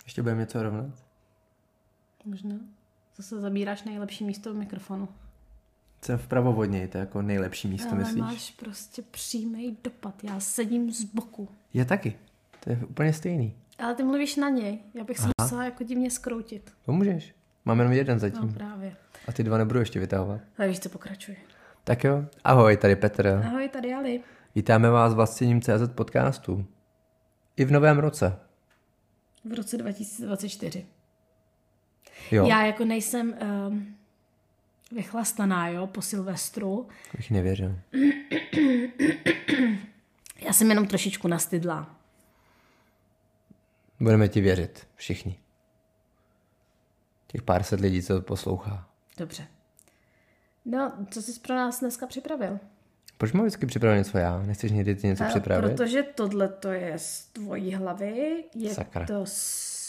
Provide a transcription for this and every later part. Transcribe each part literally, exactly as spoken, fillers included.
Ještě budeme něco rovnat? Možná. Zase zabíráš nejlepší místo v mikrofonu. Jsem vpravo od něj, to je jako nejlepší místo, ale myslíš? Ale máš prostě přímý dopad. Já sedím z boku. Já taky. To je úplně stejný. Ale ty mluvíš na něj. Já bych se musela jako divně skroutit. To můžeš. Máme jenom jeden zatím. No právě. A ty dva nebudu ještě vytahovat. Ale víš, co pokračuje. Tak jo. Ahoj, tady Petr. Ahoj, tady Ali. Vítáme vás v Vlastněním C Z podcastu. I v novém roce. V roce dva tisíce dvacet čtyři. Jo. Já jako nejsem um, vychlastaná, jo, po Silvestru. Bych nevěřil. Já jsem jenom trošičku nastydlá. Budeme ti věřit, všichni. Těch pár set lidí, co to poslouchá. Dobře. No, co jsi pro nás dneska připravil? Proč mám vždycky připravit něco já? Nechceš někdy ty něco A připravit? protože tohle to je z tvojí hlavy, je Sakra. to z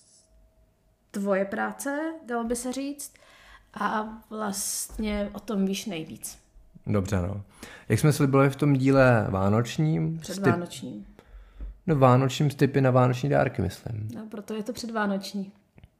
tvoje práce, dalo by se říct, a vlastně o tom víš nejvíc. Dobře, no. Jak jsme slibili v tom díle vánočním? Předvánočním. Typ... No vánočním s tipy na vánoční dárky, myslím. No, proto je to předvánoční.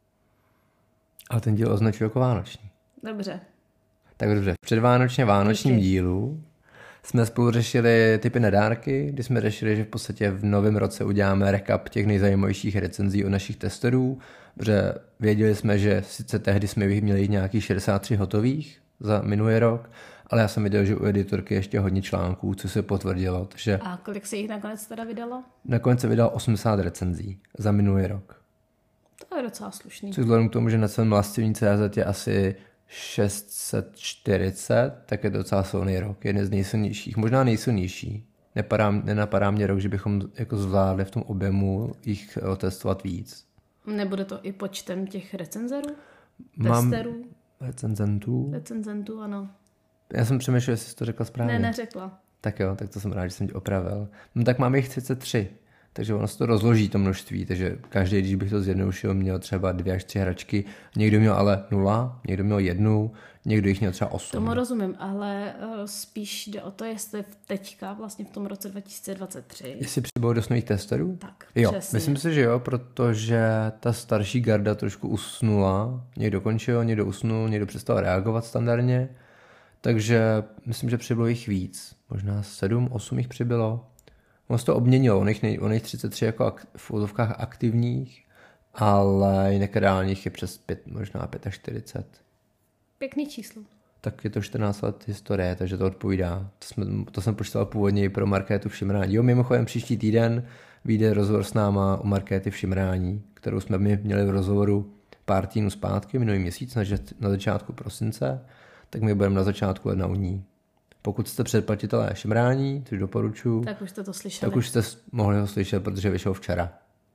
Ale ten díl označuji jako vánoční. Dobře. Tak dobře, v předvánočně vánočním Díky. dílu jsme spolu řešili typy na dárky, kdy jsme řešili, že v podstatě v novém roce uděláme recap těch nejzajímavějších recenzí od našich testerů, protože věděli jsme, že sice tehdy jsme jich měli nějakých šedesát tři hotových za minulý rok, ale já jsem viděl, že u editorky ještě hodně článků, co se potvrdilo, takže A kolik se jich nakonec teda vydalo? nakonec se vydal osmdesát recenzí za minulý rok. To je docela slušný. Což vzhledem k tomu, že na celém Vlastnění C Z je asi šest set čtyřicet, tak je to docela silný rok, jeden z nejsilnějších, možná nejsilnější. Nepadá, nenapadá mě rok, že bychom jako zvládli v tom objemu jich otestovat víc. Nebude to i počtem těch recenzerů? Mám Testerů? recenzentů. Recenzentů, ano. Já jsem přemýšlel, jestli jsi to řekla správně. Ne, neřekla. Tak jo, tak to jsem rád, že jsem tě opravil. No tak máme jich třicet tři, takže ono se to rozloží to množství, takže každý, když bych to zjednoušil, měl třeba dvě až tři hračky, někdo měl ale nula, někdo měl jednu, někdo jich měl třeba osm. Tomu rozumím, ale uh, spíš jde o to, jestli teďka, vlastně v tom roce dva tisíce dvacet tři. Jestli přibylo dost nových testerů? Tak, jo, přesně. myslím si, že jo, protože ta starší garda trošku usnula, někdo končil, někdo usnul, někdo přestal reagovat standardně, takže myslím, že přibylo jich víc, možná sedm, osm jich přibylo. On se to obměnilo, on jich, nej, on jich třicet tři jako ak, v úzovkách aktivních, ale jinak reálních je přes pět, možná čtyřicet pět. Pěkný číslo. Tak je to čtrnáct let historie, takže to odpovídá. To, jsme, to jsem počítal původně i pro Markétu Všimrání. Jo, mimochodem příští týden vyjde rozhovor s náma o Markéty Všimrání, kterou jsme my měli v rozhovoru pár týdnů zpátky, minulý měsíc, na, na začátku prosince, tak my budeme na začátku ledna u ní. Pokud jste předplatitelé Šimrání, což doporučuji, tak už jste to slyšeli. Tak už jste mohli ho slyšet, protože vyšel včera.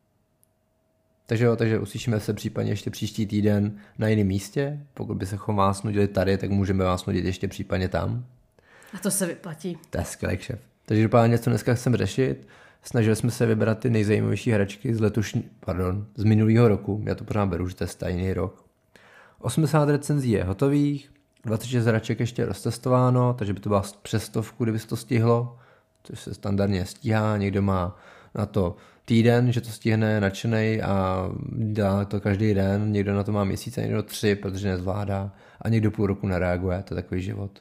Takže jo, takže uslyšíme se případně ještě příští týden na jiném místě. Pokud by se vás nudili tady, tak můžeme vás nudit ještě případně tam. A to se vyplatí. To je skvělý šéf. Takže dopadně, co dneska chceme řešit, snažili jsme se vybrat ty nejzajímavější hračky z letošní, pardon, z minulého roku. Já to pořád beru, že to je stejný rok. osmdesát recenzí je hotových, dvacet šest hraček ještě roztestováno, takže by to byla přes stovku, kdyby se to stihlo, což se standardně stíhá. Někdo má na to týden, že to stihne nadšenej a dělá to každý den, někdo na to má měsíc a někdo tři, protože nezvládá a někdo půl roku nereaguje, to je takový život.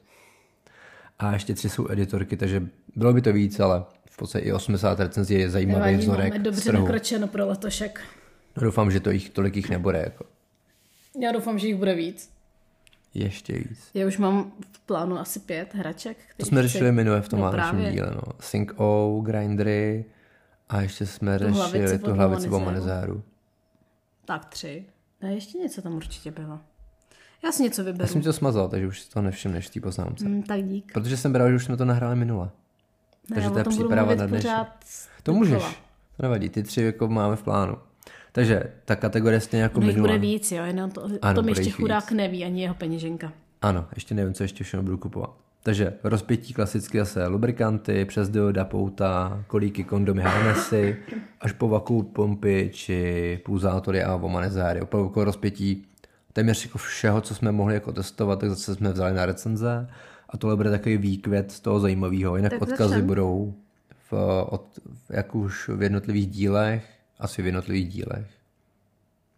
A ještě tři jsou editorky, takže bylo by to víc, ale v podstatě i osmdesát recenzí je zajímavý vzorek. Máme dobře nakročeno pro letošek. No, doufám, že to jich, tolik jich nebude. Jako. Já doufám, že jich bude víc. Ještě víc. Já už mám v plánu asi pět hraček. To jsme řešili minule v tom no, vánočním díle. No. Sync-O, Grindery a ještě jsme tu řešili hlavici tu hlavici po Manizáru. Tak tři. A ještě něco tam určitě bylo. Já si něco vyberu. Já jsem to smazal, takže už si to nevšimneš v té poznámce. Mm, tak dík. Protože jsem bral, že už jsme to nahráli minule. Ne, takže to je příprava na dnešek. To můžeš. To nevadí, ty tři jako máme v plánu. Takže ta kategorie stejně jako no minula. bude víc, jo, jenom to, ano, tom ještě chudák víc. Neví, ani jeho peněženka. Ano, ještě nevím, co ještě všechno budu kupovat. Takže rozpětí klasicky zase lubrikanty, přes dioda, pouta, kolíky, kondomy, harnesy, až po vakuum pompy či pulzátory a womanizáry. Opravdu jako rozpětí téměř jako všeho, co jsme mohli jako testovat, tak zase jsme vzali na recenze a tohle bude takový výkvět z toho zajímavého. Jinak tak odkazy začnem. budou v, od, jak už v jednotlivých dílech, asi v jednotlivých dílech.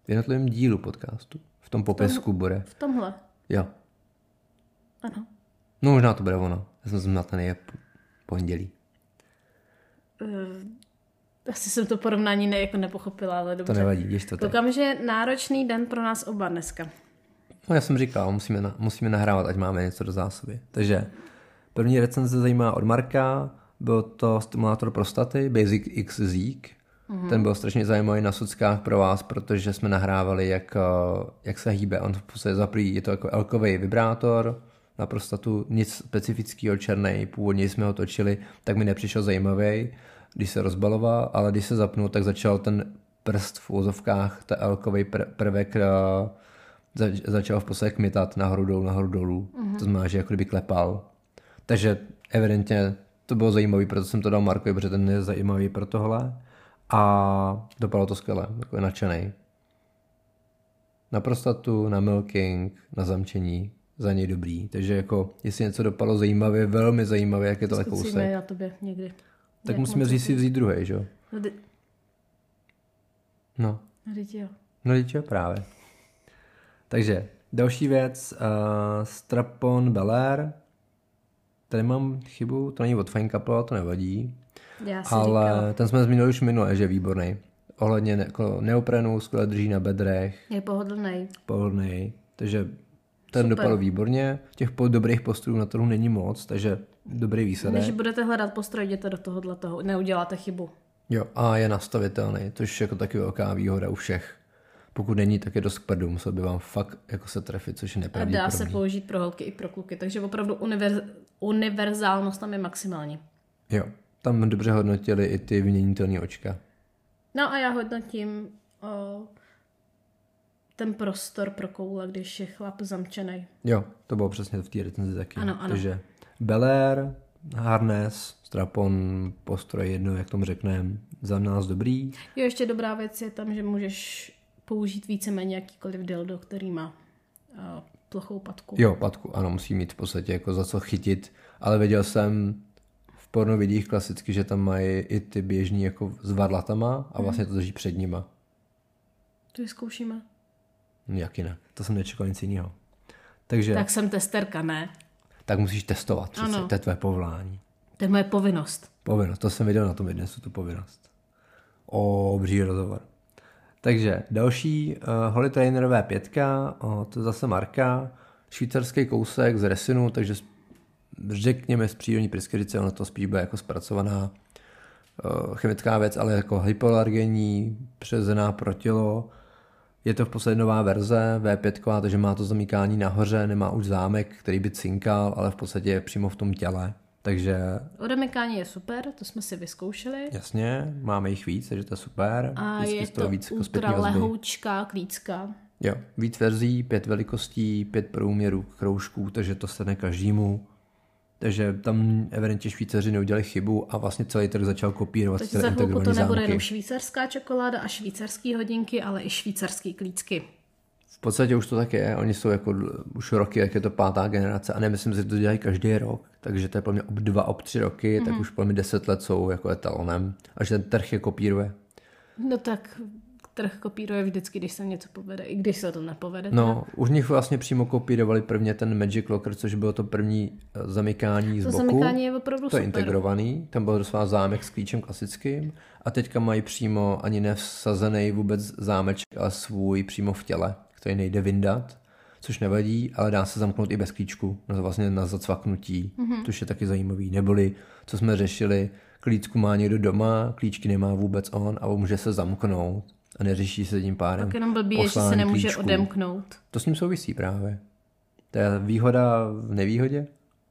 V jednotlivém dílu podcastu. V tom popisku tom, bude. V tomhle. Jo. Ano. No možná to bude ono. Já jsem zmatený je pondělí. Uh, asi jsem to porovnání ne, jako nepochopila, ale dobře. To nevadí, když to Koukám, že je náročný den pro nás oba dneska. No já jsem říkal, musíme, na, musíme nahrávat, ať máme něco do zásoby. Takže první recenze zajímá od Marka, byl to stimulátor prostaty, Basic X Zeek. Mm-hmm. Ten byl strašně zajímavý na sockách pro vás, protože jsme nahrávali, jak, jak se hýbe. On v podstatě zaprý, je to jako elkový vibrátor na prostatu, nic specifického, černý, původně jsme ho točili, tak mi nepřišel zajímavý, když se rozbaloval, ale když se zapnul, tak začal ten prst v úzovkách, ten elkový pr- prvek zač- začal v podstatě kmitat nahoru dolů, nahoru dolů. Mm-hmm. To znamená, že jako kdyby klepal. Takže evidentně to bylo zajímavý, proto jsem to dal Markovi, protože ten je zajímavý pro tohle. A dopadlo to skvěle, jako je nadšenej. Na prostatu, na milking, na zamčení, za něj dobrý. Takže jako, jestli něco dopadlo zajímavě, velmi zajímavé, jak je to kousek. Zkusíme na tobě někdy. Tak jak musíme vzít si vzít druhý, že jo? No, ty... no. No, jo. No, jo, právě. Takže, další věc, uh, Strapon Bel Air. Tady mám chybu, to není od Fine Couple, to nevadí. Já si ale říkala. ten jsme zmínili už minule, že je výborný. Ohledně ne- jako neoprenu, skvěle drží na bedrech. Je pohodlný. Pohodlný. Takže ten Super. dopadl výborně. Těch po- dobrých postrojů na trhu není moc, takže dobrý výsledek. Když budete hledat postroj, jděte do tohohle toho, neuděláte chybu. Jo, a je nastavitelný, což je jako taky velká výhoda u všech. Pokud není, tak je dost k prdu, musel by vám fakt jako se trefit, což je A nepravděpodobný. dá se použít pro holky i pro kluky, takže opravdu univerz, univerzálnost tam je maximální. Jo, tam dobře hodnotili i ty vyměnitelné očka. No a já hodnotím o, ten prostor pro koule, když je chlap zamčený. Jo, to bylo přesně v té recenzi taky. Ano, ano. Takže Bel Air, harness, strapon, postroj jedno, jak tomu řekneme, za nás dobrý. Jo, ještě dobrá věc je tam, že můžeš použít víceméně jakýkoliv dildo, který má o, plochou patku. Jo, patku, ano, musí mít v podstatě jako za co chytit, ale viděl jsem v porno videích klasicky, že tam mají i ty běžný jako s varlatama a vlastně to drží před nima. To je zkoušíme. No, jak jinak, to jsem nečekal nic jiného. Takže, Tak tak, jsem testerka, ne? tak musíš testovat přece, Ano. to je tvoje povolání. To je moje povinnost. Povinnost, to jsem viděl na tom jednesu, tu povinnost. O, obří rozhovor. Takže další uh, Holy Trainer V pět, uh, to je zase Marka, švýcarský kousek z resinu, takže řekněme z přírodní pryskyřice, ono to spíš bude jako zpracovaná uh, chemická věc, ale jako hypoalergenní, přezená pro tělo. Je to v podstatě nová verze V pět, takže má to zamykání nahoře, nemá už zámek, který by cinkal, ale v podstatě je přímo v tom těle. Takže Odemykání je super, to jsme si vyzkoušeli. jasně, máme jich víc, takže to je super. A Vždycky je z toho to víc jako zpětný ultra vazby. lehoučká klícka. Jo, víc verzí, pět velikostí, pět průměrů kroužků, takže to se ne každému. Takže tam evidentně Švýcaři neudělali chybu a vlastně celý trh začal kopírovat Takže tyhle za chvilku integrované to nebude zámky. jenom švýcarská čokoláda a švýcarský hodinky, ale i švýcarský klícky. V podstatě už to tak je, oni jsou jako už roky, jak je to pátá generace a nemyslím si, že to dělají každý rok, takže to je pro mě ob dva, ob tři roky, mm-hmm. tak už pro mě deset let jsou jako etalonem a že ten trh je kopíruje. No tak trh kopíruje vždycky, když se něco povede, i když se to nepovede. No, už nich vlastně přímo kopírovali prvně ten Magic Locker, což bylo to první zamykání z to boku. zamykání je opravdu To je super. integrovaný, tam byl doslova zámek s klíčem klasickým a teďka mají přímo ani nevsazený vůbec zámeček, ale svůj přímo v těle, který nejde vyndat, což nevadí, ale dá se zamknout i bez klíčku, no vlastně na zacvaknutí, mm-hmm. což je taky zajímavý. Neboli, co jsme řešili, klíčku má někdo doma, klíčky nemá vůbec on a může se zamknout a neřeší se tím pádem. Tak jenom blbý je, že se nemůže klíčků. odemknout. To s ním souvisí právě. To je výhoda v nevýhodě?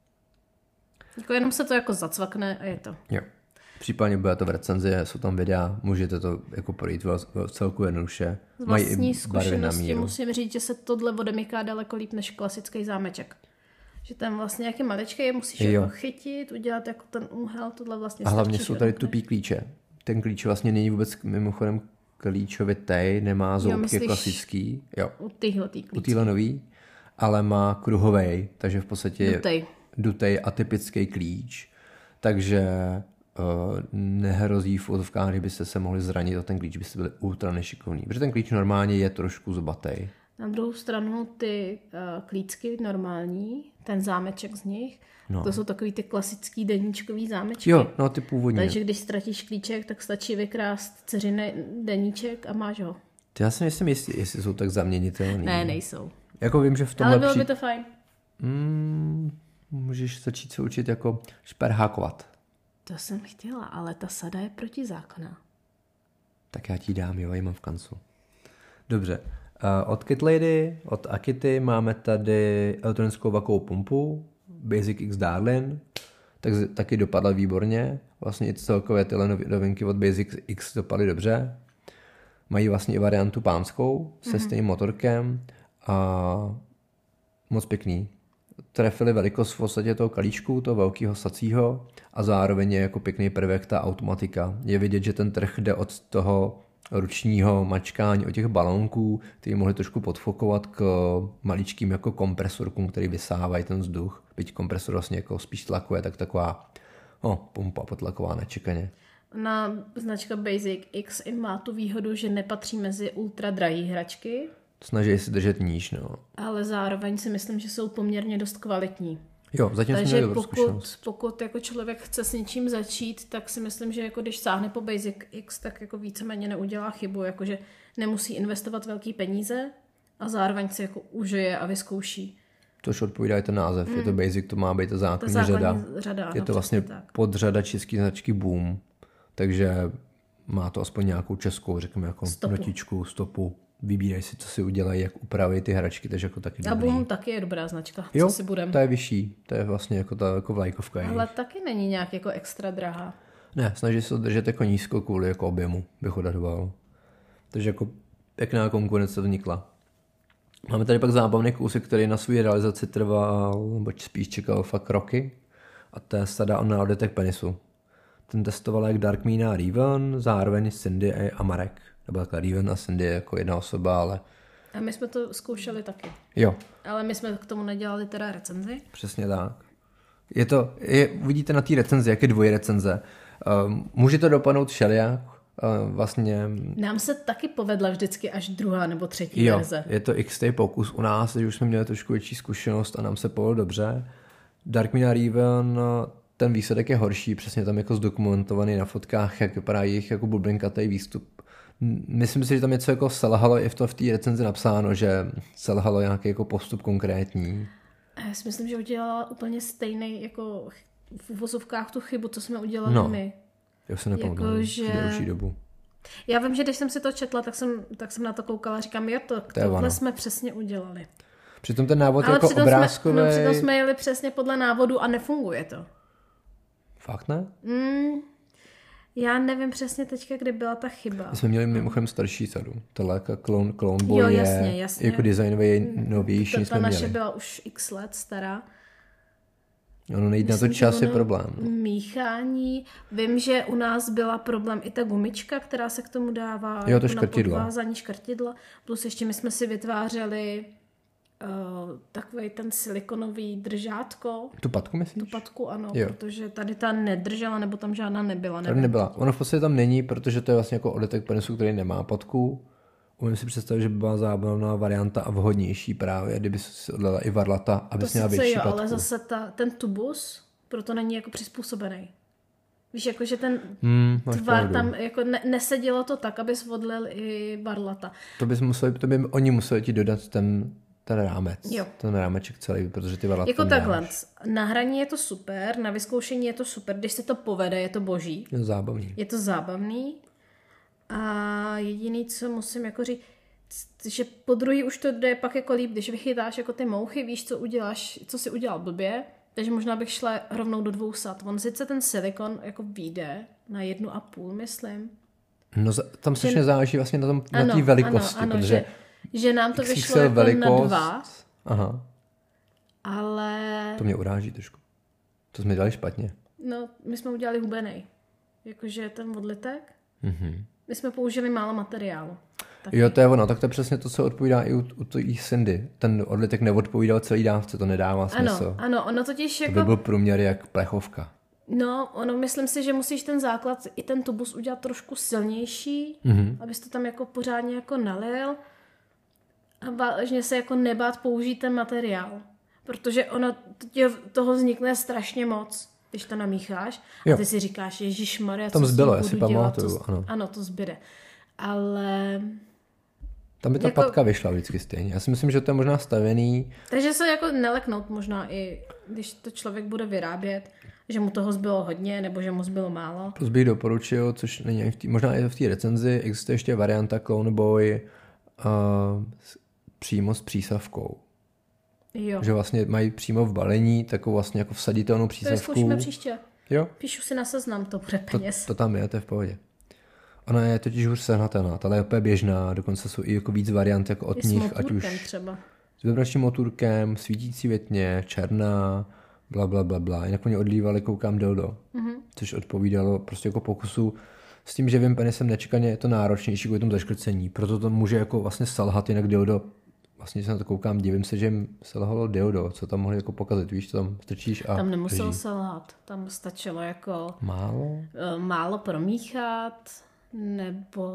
Jako jenom se to jako zacvakne a je to. Jo. Případně bude to v recenzi, jsou tam videa, můžete to jako projít v celku jednoduše. Z Mají vlastní i barvy na zkušenosti míru. musím říct, že se tohle odemyká daleko líp než klasický zámeček. Že ten vlastně jaký maličký je musíš Jo. jako chytit, udělat jako ten úhel, tohle vlastně A hlavně stačí, jsou že tady odemkneš. tupý klíče. Ten klíč vlastně není vůbec mimochodem klíčovitej, nemá zoubky myslíš klasický. Jo. U tyhle U téhle nový, ale má kruhovej, takže v podstatě je Dutej. dutej atypický klíč. Takže uh, nehrozí v úzovkách, kdybyste se mohli zranit o ten klíč, byste byli ultra nešikovní. Protože ten klíč normálně je trošku zubatej. Na druhou stranu ty uh, klícky normální, ten zámeček z nich, no. To jsou takový ty klasický deníčkový zámečky. Jo, no ty původní. Takže když ztratíš klíček, tak stačí vykrást dceřiný deníček a máš ho. Ty já si nejsem jistý, jestli jsou tak zaměnitelný. Ne, nejsou. Jako vím, že v tomhle... Ale bylo by to fajn. Mm, můžeš začít se učit jako šperhákovat. To jsem chtěla, ale ta sada je protizákonná. Tak já ti dám, jo, ji mám v kancu. Dobře. Uh, od KitLady, od Akity máme tady elektronickou vakovou pumpu, Basic X Darlin, tak taky dopadla výborně. Vlastně i celkově tyhle novinky od Basic X dopadly dobře. Mají vlastně i variantu pánskou se mm-hmm. stejným motorkem a moc pěkný. Trefili velikost v podstatě toho kalíčku, toho velkého sacího a zároveň je jako pěkný prvek ta automatika. Je vidět, že ten trh jde od toho ručního mačkání, od těch balónků, který mohli trošku podfokovat k maličkým jako kompresorkům, který vysávají ten vzduch. Byť kompresor vlastně jako spíš tlakuje, tak taková oh, pumpa potlaková nečekaně. Na značka Basic X má tu výhodu, že nepatří mezi ultra drahý hračky. Snaží se držet níž, no. Ale zároveň si myslím, že jsou poměrně dost kvalitní. Jo, zatím jsme měli dobrou zkušenost. Pokud jako člověk chce s něčím začít, tak si myslím, že jako když sáhne po Basic X, tak jako víceméně neudělá chybu, jakože nemusí investovat velký peníze a zároveň si jako užije a vyzkouší. Tož odpovídá i ten název. Mm. Je to Basic, to má být ta základní, ta základní řada. řada. Je no, to vlastně tak. podřada české značky Boom. Takže má to aspoň nějakou českou, řekněme, jako stopu. notičku, stopu. Vybírají si, co si udělají, jak upraví ty hračky, takže jako taky a dobrý. Boom taky je dobrá značka, jo, co si budem. To je vyšší, to je vlastně jako ta jako vlajkovka. Ale taky není nějak jako extra drahá. Ne, snaží se držet jako nízko kvůli jako objemu, bych odhadoval. Takže jako pěkná konkurence vznikla. Máme tady pak zábavný kousek, který na svou realizaci trval, nebo spíš čekal fakt roky. A to je sada o nádotek penisu. Ten testoval jak Darkmean a Raven, zároveň Cindy a Marek. Nebo takhle Raven a Cindy jako jedna osoba, ale... A my jsme to zkoušeli taky. Jo. Ale my jsme k tomu nedělali teda recenzi. Přesně tak. Je to, je, uvidíte na té recenzi, jak je dvoje recenze. Um, může to dopadnout všelijak. Uh, vlastně... Nám se taky povedla vždycky až druhá nebo třetí jo, verze. Je to X T pokus u nás, takže už jsme měli trošku větší zkušenost a nám se povedlo dobře. Darkmean a Raven, ten výsledek je horší, přesně tam jako zdokumentovaný na fotkách, jak vypadá jejich jako bublinkatý výstup. Myslím si, že tam něco jako selhalo i v to v té recenzi napsáno, že selhalo nějaký jako postup konkrétní. Já si myslím, že udělala úplně stejný jako v uvozovkách tu chybu, co jsme udělali no, my. Já se nepamatuju, že... delší dobu. Já vím, že když jsem si to četla, tak jsem, tak jsem na to koukala a říkám, jo, to, to tohle jsme přesně udělali. Přitom ten návod ale jako obrázkový... Ale přitom jsme jeli přesně podle návodu a nefunguje to. Fakt ne? Mm, já nevím přesně teďka, kdy byla ta chyba. My jsme měli mimochodem starší sadu. Tohle jako Clone, Clone Boy jo, je jasně, jasně. jako designově novější, ta, jsme ta naše měli. byla už x let stará. Ono nejde na to čas je problém. Míchání. Vím, že u nás byla problém i ta gumička, která se k tomu dává. Jo, to jako škrtidlo. Na podvázání škrtidla. Plus ještě my jsme si vytvářeli uh, takový ten silikonový držátko. Tu patku myslíš? Tu patku, ano, jo. Protože tady ta nedržela, nebo tam žádná nebyla. Tady nebyla. Ono v podstatě tam není, protože to je vlastně jako odetek penisu, který nemá patku. Umím si představit, že by byla zábavná varianta a vhodnější právě, kdyby si odlela i varlata, aby měla větší jo, patku. Ale zase ta, ten tubus proto není jako přizpůsobený. Víš, jako, že ten hmm, tvar tam, jako ne, nesedělo to tak, aby svodlil i varlata. To by, museli, to by oni museli ti dodat ten, ten rámec, jo. ten rámeček celý, protože ty varlata jako takhle, na hraní je to super, na vyzkoušení je to super, když se to povede, je to boží. Je to zábavný. Je to zábavný. A jediný, co musím jako říct, že po druhý už to jde pak jako líp, když vychytáš jako ty mouchy, víš, co uděláš, co si udělal blbě, takže možná bych šla rovnou do dvou sat. On sice ten silikon jako vyjde na jednu a půl, myslím. No tam strašně záleží vlastně na tom, ano, na té velikosti, ano, ano, protože že, že nám to vyšlo jako velikost, na dva, aha. ale... To mě uráží trošku. To jsme dělali špatně. No, my jsme udělali hubenej. Jakože ten odlitek. Mhm. My jsme použili málo materiálu. Taky. Jo, to je ono, tak to je přesně to, co odpovídá i u, u tý Cindy. Ten odlitek neodpovídal celý dávce, to nedává smysl. Ano, ano, ono totiž jako... To by byl průměr jak plechovka. No, ono, myslím si, že musíš ten základ i ten tubus udělat trošku silnější, Mhm. abys to tam jako pořádně jako nalil a vážně se jako nebát použít ten materiál. Protože ono tě toho vznikne strašně moc, když to namícháš. Jo. A ty si říkáš, ježišmarja, Tam co s tím zbylo, já budu si dělat, pamatuju, co s- ano. Ano, to zbyde. Ale... Tam by ta Jako- patka vyšla vždycky stejně. Já si myslím, že to je možná stavěný. Takže se jako neleknout možná i, když to člověk bude vyrábět, že mu toho zbylo hodně, nebo že mu zbylo málo. To bych doporučil, což není ani v tý, možná i v té recenzi, existuje ještě varianta Clone Boy uh, s, přímo s přísavkou. Jo, Že vlastně mají přímo v balení takovou vlastně jako vsaditelnou to je přísavku. zkoušíme příště. Jo, Píšu si na seznam, to bude to, peněz. to tam je, to je v pohodě. Ona je totiž hůř sehnatelná, ta je úplně běžná, dokonce jsou i jako víc variant jako od I s nich, ať motůrkem už třeba. s vibračním motůrkem, svítící větně, černá, bla, bla, bla, bla. Jinak oni odlívali, koukám, dildo, mm-hmm. což odpovídalo prostě jako pokusu s tím, že vím penisem nečekaně je to náročnější kvůli tomu zaškrcení, proto to může jako vlastně selhat, jinak dildo, vlastně se na to koukám, divím se, že jim selhalo dildo, co tam mohli jako pokazit, víš, co tam strčíš a Tam nemusel drží. selhat, tam stačilo jako Málo? eh, málo promíchat, nebo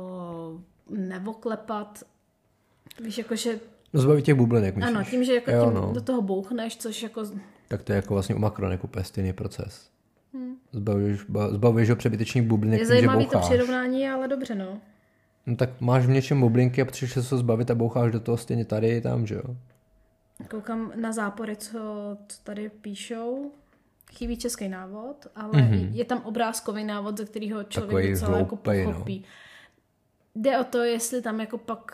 nevoklepat. Víš, jakože, No zbavit těch bublinek, myslíš? ano, tím, že jako Jo, tím no. do toho bouchneš, což jako, Tak to je jako vlastně u makronek úplně stejný proces. Hmm. Zbavíš, ba- zbavíš ho přebytečných bublinek je tím, že zajímavý to boucháš. přirovnání, ale dobře, no. No tak máš v něčem bublinky a potřebuješ se to zbavit a boucháš do toho stejně tady i tam, že jo? Koukám na zápory, co, co tady píšou. Chybí český návod, ale Mhm. mm-hmm. je tam obrázkový návod, ze kterého člověk Takovej docela jako hloupej, no. pochopí. Jde o to, jestli tam jako pak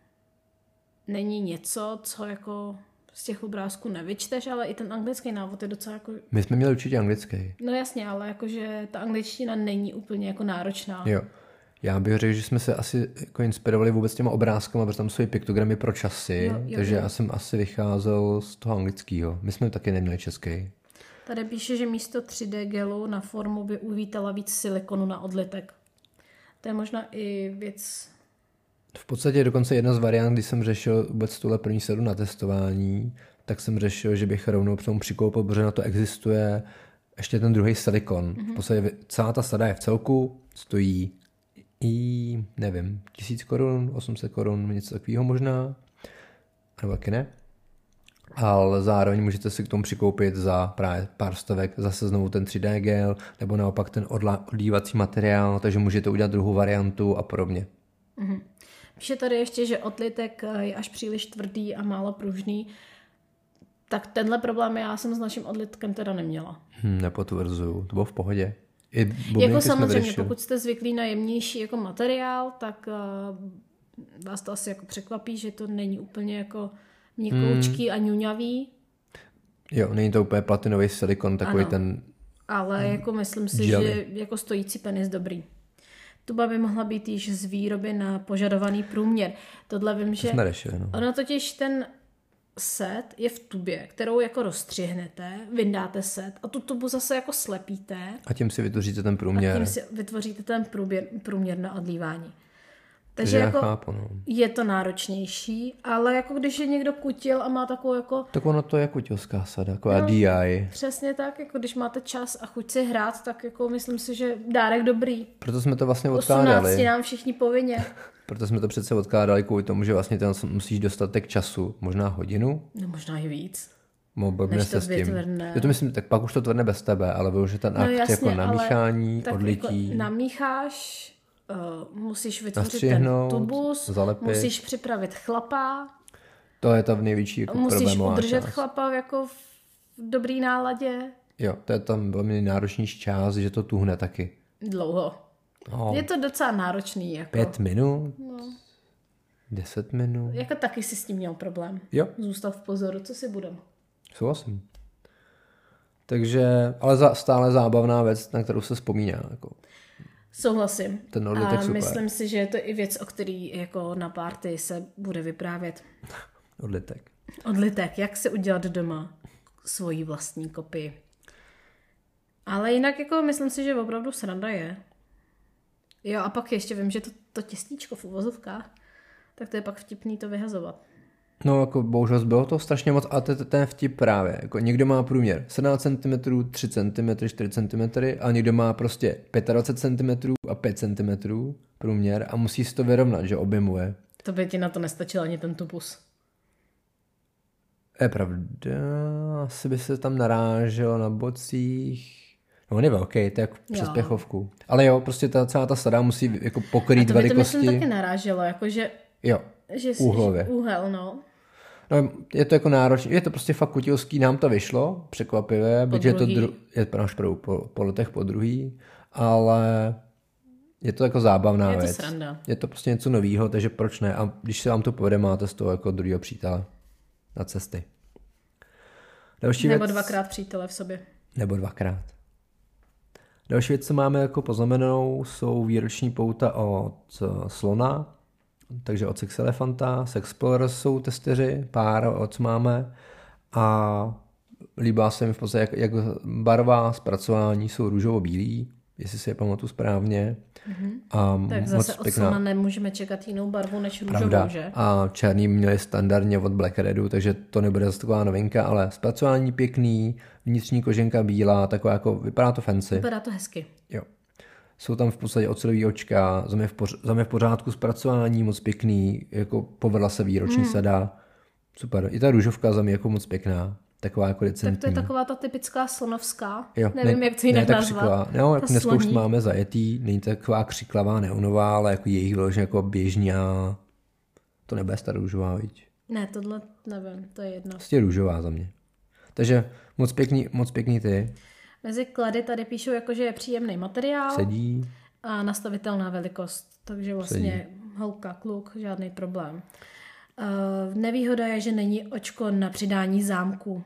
není něco, co jako z těch obrázků nevyčteš, ale i ten anglický návod je docela jako... My jsme měli určitě anglický. No jasně, ale jakože ta angličtina není úplně jako náročná. Jo. Já bych řekl, že jsme se asi jako inspirovali vůbec těma obrázkama, protože tam jsou i piktogramy pro časy, Jo, jo, takže jo. já jsem asi vycházel z toho anglického. My jsme taky neměli český. Tady píše, že místo tři dé gelu na formu by uvítala víc silikonu na odlitek. To je možná i věc... V podstatě dokonce jedna z variant, když jsem řešil vůbec tuhle první sadu na testování, tak jsem řešil, že bych rovnou k tomu přikoupil, protože na to existuje ještě ten druhý silikon. Mm-hmm. V podstatě celá ta sada je v celku, stojí i, nevím, tisíc korun, osm set korun, něco takového možná, nebo taky ne. Ale zároveň můžete si k tomu přikoupit za právě pár stovek zase znovu ten tři dé gel, nebo naopak ten odla- odlívací materiál, takže můžete udělat druhou variantu a podobně. Mhm. Píše tady ještě, že odlitek je až příliš tvrdý a málo pružný. Tak tenhle problém já jsem s naším odlitkem teda neměla. Hm, nepotvrzuju, to bylo v pohodě. I bublinky Jako jsme samozřejmě, vyřešili. pokud jste zvyklí na jemnější jako materiál, tak uh, vás to asi jako překvapí, že to není úplně jako měkoučký hmm. a ňuňavý. Jo, není to úplně platinový silikon, takový Ano. ten... Ale jako myslím si, Jelly. že jako stojící penis dobrý. Tuba by mohla být již z výroby na požadovaný průměr. Tohle vím, že... jsme řešili, no. Ono totiž ten set je v tubě, kterou jako rozstřihnete, vyndáte set a tu tubu zase jako slepíte A tím si vytvoříte ten a průměr. tím si vytvoříte ten průměr, průměr na odlívání. Takže Takže já jako chápu, no. je to náročnější, ale jako když je někdo kutil a má takovou jako Tak ono to je kutilská sada, taková No. D I. přesně tak, jako když máte čas a chuť si hrát, tak jako myslím si, že dárek dobrý. Proto jsme to vlastně osmnácti odkládali. nám všichni povinně. Proto jsme to přece odkládali kvůli tomu, že vlastně ten musíš dostatek času, možná hodinu. No možná i víc. Mobilně Než to se s tím. vytvrdne. Jo, to myslím, tak pak už to tvrdne bez tebe, ale byl, že ten No akt jasně, jako namíchání, ale odlití, jako namícháš, uh, musíš vytvořit ten nastřihnout, tubus, zalepit. musíš připravit chlapa, to je ta největší jako musíš problémová udržet část. chlapa jako v dobrý náladě Jo, to je tam velmi náročnější část, že to tuhne taky. dlouho. No, Je to docela náročný. Jako, pět minut, no, deset minut. jako taky si s tím měl problém. Jo, Zůstal v pozoru, co si budem. souhlasím. Takže, ale za, stále zábavná věc, na kterou se vzpomíná. Jako. Souhlasím. Ten odlitek A super. myslím si, že je to i věc, o který jako na party se bude vyprávět. Odlitek. Odlitek, jak se udělat doma svoji vlastní kopii. Ale jinak jako myslím si, že opravdu sranda je. Jo a pak ještě vím, že to, to těstíčko v uvozovkách, tak to je pak vtipný to vyhazovat. No, jako bohužel bylo to strašně moc, a to ten vtip právě. Jako někdo má průměr sedmnáct centimetrů, tři centimetry, čtyři centimetry a někdo má prostě dvacet pět centimetrů a pět centimetrů průměr a musí si to vyrovnat, že objemuje. To by ti na to nestačil ani ten tupus. Je pravda, asi by se tam naráželo na bocích. No on je velký, to je jako přes pěchovku. Ale jo, prostě ta celá ta sada musí jako pokrýt velikosti. A to by to taky naráželo, jakože... Jo, že úhlově. Úhel, no. No, je to jako náročné, je to prostě fakt kutilský, nám to vyšlo, překvapivé, protože je to dru, je pro, po, po letech po druhý, ale je to jako zábavná je to věc. Sranda. Je to prostě něco novýho, takže proč ne? A když se vám to povede, máte z toho jako druhýho přítele na cesty. Další Nebo věc, dvakrát přítele v sobě. Nebo dvakrát. Další věc, co máme jako poznamenanou, jsou výroční pouta od slona, takže od Sex Elefanta, Sex Explorers jsou testeři, pár, co máme. A líbá se mi v podstatě, jak, jak barva, zpracování jsou růžovo-bílý, jestli si je pamatuju správně. Mm-hmm. A tak zase od slona nemůžeme čekat jinou barvu než růžovou, pravda. Že? A černý měli standardně od Black Redu, takže to nebude zase taková novinka, ale zpracování pěkný, vnitřní koženka bílá, taková jako, vypadá to fancy. Vypadá to hezky. Jo. Jsou tam v podstatě ocelový očka, za mě v, poř- za mě v pořádku zpracování, moc pěkný, jako povedla se výroční mm. sada, super. I ta růžovka za mě jako moc pěkná, taková jako decentní. Tak to je taková ta typická slonovská, jo, nevím, ne, jak to jinak ne, nazvat. No, jako dneska už máme zajetý, není to taková křiklavá, neunová, ale jako jejich vyloženě jako běžný a to nebude stará růžová, viď? Ne, tohle nevím, to je jedno. Prostě růžová za mě. Takže moc pěkný, moc pěkný ty. Mezi klady tady píšou, jako, že je příjemný materiál. Sedí. A nastavitelná velikost. Takže vlastně sedí. Holka, kluk, žádný problém. Uh, nevýhoda je, že není očko na přidání zámku.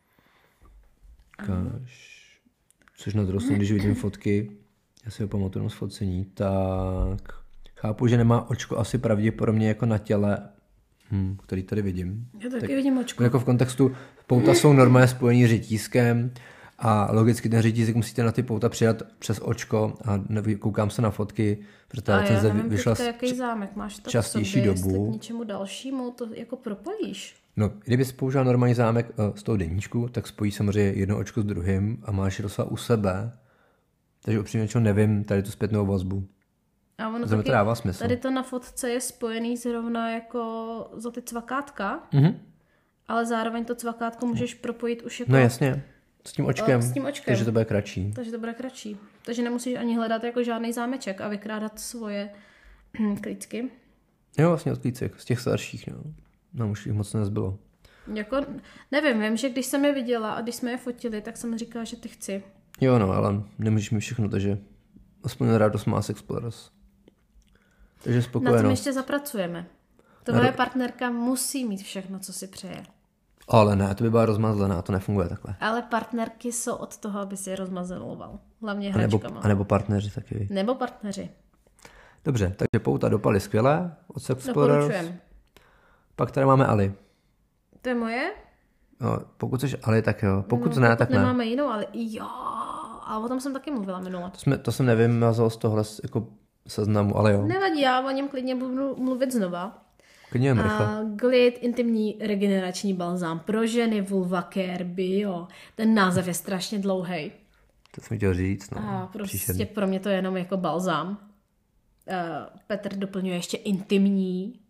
Kaž. Což na druhou stranu, když vidím fotky, já si ho pamatuju z focení, tak chápu, že nemá očko asi pravděpodobně jako na těle, hm, který tady vidím. Já taky tak, vidím očko. Jako v kontextu, pouta jsou normálně spojený řetízkem a logicky ten řetízek musíte na ty pouta přidat přes očko a koukám se na fotky, protože a ten nevím, vyšla jaký zámek máš to častější v sobě, dobu. K něčemu dalšímu to jako propojíš. No, kdyby jsi použil normální zámek uh, z toho deníčku, tak spojí samozřejmě jedno očko s druhým a máš rozsah u sebe. Takže upřímně něčeho nevím, tady tu zpětnou vazbu. A ono taky, to dává smysl. Tady to na fotce je spojený zrovna jako za ty cvakátka, mm-hmm. ale zároveň to cvakátko můžeš propojit už jako... No jasně, s tím očkem, s tím očkem. takže to bude kratší. Takže to bude kratší. Takže nemusíš ani hledat jako žádný zámeček a vykrádat svoje klíčky. Jo, vlastně od klícek, z těch starších, no. Nám už jich moc nezbylo. Jako, nevím, vím, že když jsem je viděla a když jsme je fotili, tak jsem říkala, že ty chci. Jo, no, ale nemůžeš mi všechno, takže aspoň radost má Sex Explorers. Takže spokojenost. Na tom ještě zapracujeme. Tvoje Naro... partnerka musí mít všechno, co si přeje. Ale ne, to by byla rozmazlená, to nefunguje takhle. Ale partnerky jsou od toho, aby si je rozmazloval. Hlavně hračkama. hračkama. A nebo partneři taky. Nebo partneři. Dobře, takže pouta dopaly skvěle od Sex Explorers. Doporučujem. Pak tady máme Ali. To je moje? No, pokud jsi Ali, tak jo. Pokud no, ne, pokud tak ne. nemáme jinou, ale jo. A o tom jsem taky mluvila minule. To, jsme, to jsem nevymazal z tohle jako seznamu, ale jo. Nevadí, já o něm klidně budu mluvit znova. Klidně jen rychle. Uh, Glid intimní regenerační balzám pro ženy Vulva Care Bio. Ten název je strašně dlouhý. To jsem chtěl říct. No. A prostě Příšerný. pro mě to je jenom jako balzám. Uh, Petr doplňuje ještě intimní.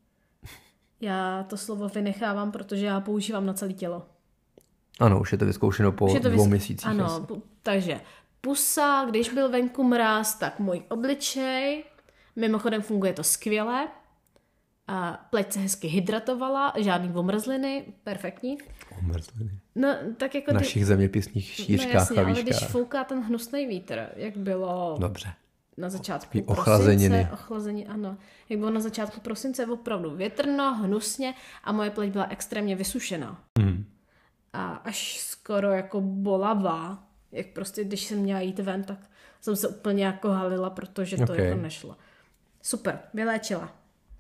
Já to slovo vynechávám, protože já používám na celé tělo. Ano, už je to vyzkoušeno po to dvou vysk... měsících. Ano, p- takže pusa, když byl venku mráz, tak můj obličej. Mimochodem funguje to skvěle. A pleť se hezky hydratovala, žádný omrzliny, perfektní. Omrzliny. No, tak jako v našich ty... zeměpisných šířkách no, jasně, a výškách. Ale když fouká ten hnusný vítr, jak bylo Dobře. na začátku ochlazeniny. prosince, ochlazení, ano, jak bylo na začátku prosince, opravdu větrno, hnusně a moje pleť byla extrémně vysušená. Mm. A až skoro jako bolavá, jak prostě, když jsem měla jít ven, tak jsem se úplně jako halila, protože to okay. jako nešlo. Super, vyléčila.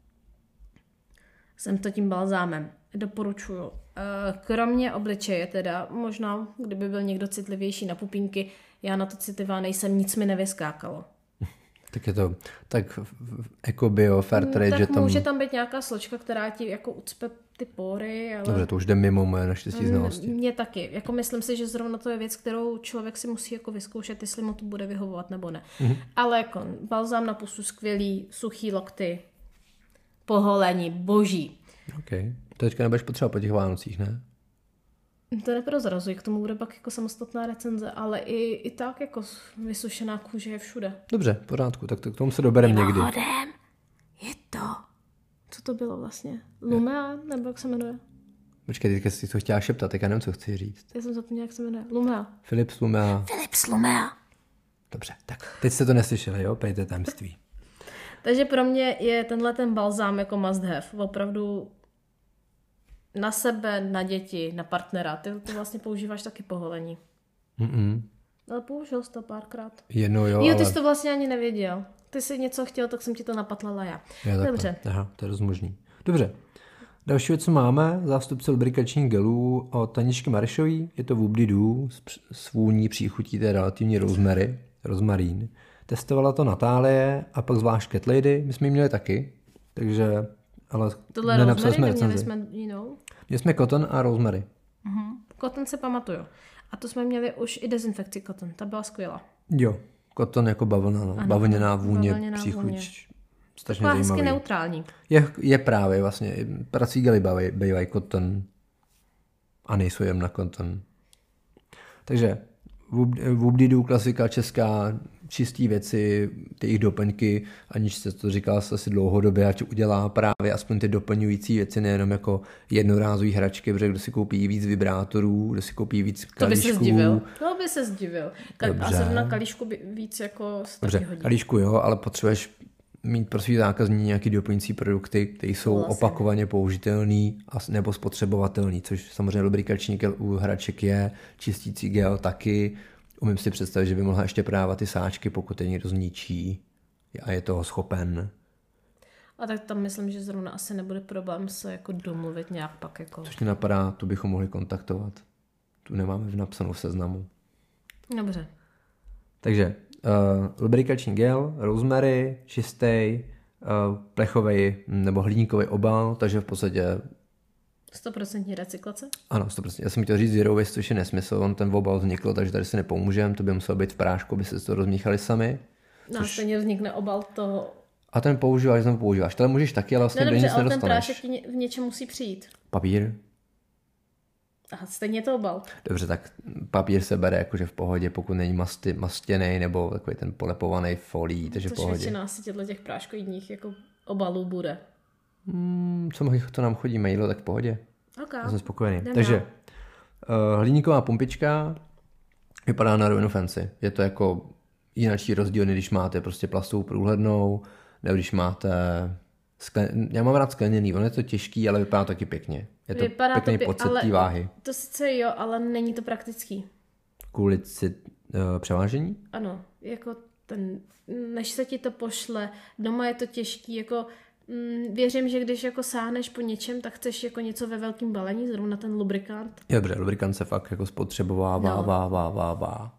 Jsem to tím balzámem. Doporučuju. Kromě obličeje teda, možná, kdyby byl někdo citlivější na pupínky, já na to citlivá nejsem, nic mi nevyskákalo. Tak je to tak jako bio, fair trade, tak že tam... může tam být nějaká složka, která ti jako ucpe ty pory, ale... Dobře, to už jde mimo moje naštěstí znalosti. Mně taky. Jako myslím si, že zrovna to je věc, kterou člověk si musí jako vyzkoušet, jestli mu to bude vyhovovat nebo ne. Mm-hmm. Ale jako balzám na pusu skvělý, suchý lokty, poholení, boží. OK. To teďka nebudeš potřeba po těch Vánocích, ne? To neprozrazuji, k tomu bude pak jako samostatná recenze, ale i, i tak jako vysušená kůže je všude. Dobře, v pořádku, tak to, k tomu se dobereme někdy. Mimochodem, je to... Co to bylo vlastně? Lumea, nebo jak se jmenuje? Počkej, teďka jsi to chtěla šeptat, tak já nevím, co chci říct. Já jsem zapomněla, jak se jmenuje. Lumea. Philips Lumea. Philips Lumea. Dobře, tak teď jste to neslyšeli, jo? Pejte tajemství. Takže pro mě je tenhle ten balzám jako must have. Opravdu na sebe, na děti, na partnera. Ty to vlastně používáš taky po holení. Mm-mm. Ale použil jsi to párkrát. Jednou jo, Jo, ty ale... jsi to vlastně ani nevěděl. Ty jsi něco chtěl, tak jsem ti to napatlala já. Jo, Dobře. Aha, to je dost možný. Dobře. Další věc, co máme, zástupce lubrikačních gelů od Taničky Marešový. Je to Whoop-de-doo s vůní příchutí, to je relativní rosemary, rozmarín. Testovala to Natálie a pak zvlášť Cat Lady. My jsme ji měli taky, takže... Ale tohle nenapsali rosemary, jsme neměli recenzi. jsme jinou? Měli jsme cotton a rosemary. Uh-huh. Cotton se pamatuju. A to jsme měli už i dezinfekci cotton. Ta byla skvělá. Jo, cotton jako bavlna, no. Bavlněná vůně, bavlněná příchuť. vůně. Strašně Taková zajímavý. hezky neutrální. Je, je právě vlastně. Prací gely bývají cotton a nejsou jen na cotton. Takže Whoop-de-doo, klasika česká, čistý věci, ty jejich doplňky, aniž se to říkal asi dlouhodobě, ať udělá právě aspoň ty doplňující věci, nejenom jako jednorázový hračky, protože kdo si koupí víc vibrátorů, kdo si koupí víc kalíšků. To by se zdivil. To by se zdivil. Dobře. A zrovna kalíšku by víc jako se taky hodí. Kalíšku jo, ale potřebuješ mít pro svý zákazníky nějaký doplňující produkty, které jsou Vlastně. opakovaně použitelný a, nebo spotřebovatelný, což samozřejmě lubrikační gel u hraček je, čistící gel taky. Umím si představit, že by mohla ještě právat ty sáčky, pokud je někdo zničí a je toho schopen. A tak tam myslím, že zrovna asi nebude problém se jako domluvit nějak pak jako... Což mě napadá, tu bychom mohli kontaktovat. Tu nemáme v napsanou seznamu. Dobře. Takže uh, lubrikační gel, rosemary, čistý, uh, plechový nebo hliníkový obal, takže v podstatě... sto procent recyklace? Ano, sto procent. Já jsem chtěl říct zero waste, což je nesmysl, on ten obal vznikl, takže tady si nepomůžeme, to by muselo být v prášku, aby se to rozmíchali sami. No, což... stejně vznikne obal toho... A ten používáš, znovu používáš. Tohle můžeš taky, ale vlastně no, do dobře, nic ale ten nedostaneš. prášek ti v něčem musí přijít. Papír? A stejně to obal. Dobře, tak papír se bere jakože v pohodě, pokud není masty, mastěnej nebo takový ten polepovaný folií, takže v Což pohodě. většina asi těchto těch práškoidních jako obalů bude. Hmm, co to nám chodí mailo, tak v pohodě. Okay. Já jsem spokojený. Jdem Takže uh, hliníková pumpička vypadá na rovinu fancy. Je to jako jinačí rozdíl, když máte prostě plastovou průhlednou, nebo když máte skle... já mám rád skleněný, on je to těžký, ale vypadá taky pěkně. Je to vypadá pěkný to pě... pocit ale... té váhy. To sice jo, ale není to praktický. Kvůli si, uh, převážení? Ano, jako ten, než se ti to pošle, doma je to těžký, jako mm, věřím, že když jako sáhneš po něčem, tak chceš jako něco ve velkém balení, zrovna ten lubrikant. Dobře, lubrikant se fakt jako spotřebovává, No. vá, vá, vá, vá.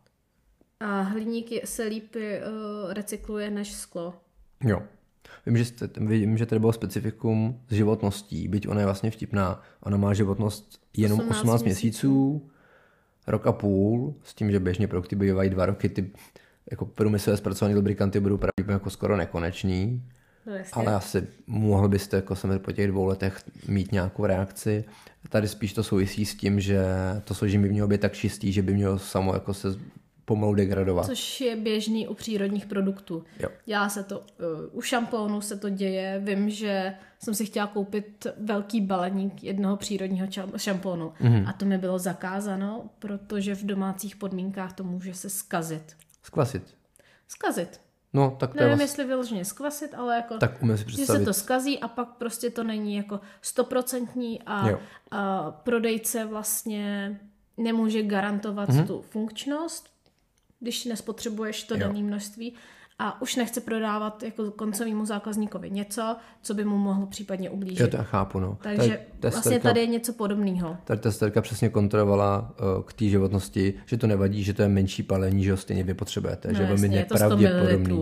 A hliník je- se líp uh, recykluje než sklo. Jo. Vím, že, jste, vím, že tady bylo specifikum s životností, byť ona je vlastně vtipná. Ona má životnost jenom osmnáct osmnáct měsíců. měsíců, rok a půl, s tím, že běžně produkty bývají dva roky, ty jako průmyslové zpracované lubrikanty budou pravděpodobně jako skoro nekoneční, No, jasně. ale asi mohl byste jako samozřejmě po těch dvou letech mít nějakou reakci. Tady spíš to souvisí s tím, že to složení by mělo být tak čistý, že by mělo samo jako se pomalu degradovat. Což je běžný u přírodních produktů. Jo. Dělá se to, uh, u šampónu se to děje. Vím, že jsem si chtěla koupit velký baleník jednoho přírodního čam- šampónu. Mm-hmm. A to mi bylo zakázáno, protože v domácích podmínkách to může se zkazit. Skvasit. Skazit. No, tak to je Nevím, vlastně... jestli vyloženě skvasit, ale jako, Tak umím si že se představit. to skazí a pak prostě to není jako stoprocentní a, Jo. a prodejce vlastně nemůže garantovat mm-hmm. tu funkčnost, když nespotřebuješ to Jo. dané množství a už nechce prodávat jako koncovému zákazníkovi něco, co by mu mohlo případně ublížit. Jo, to já chápu, no. Takže Tady testerka- vlastně tady je něco podobného. Tady testerka přesně kontrolovala uh, k té životnosti, že to nevadí, že to je menší palení, že ho stejně vy potřebujete, No že je velmi jasně, je to sto nepravděpodobný. mililitrů.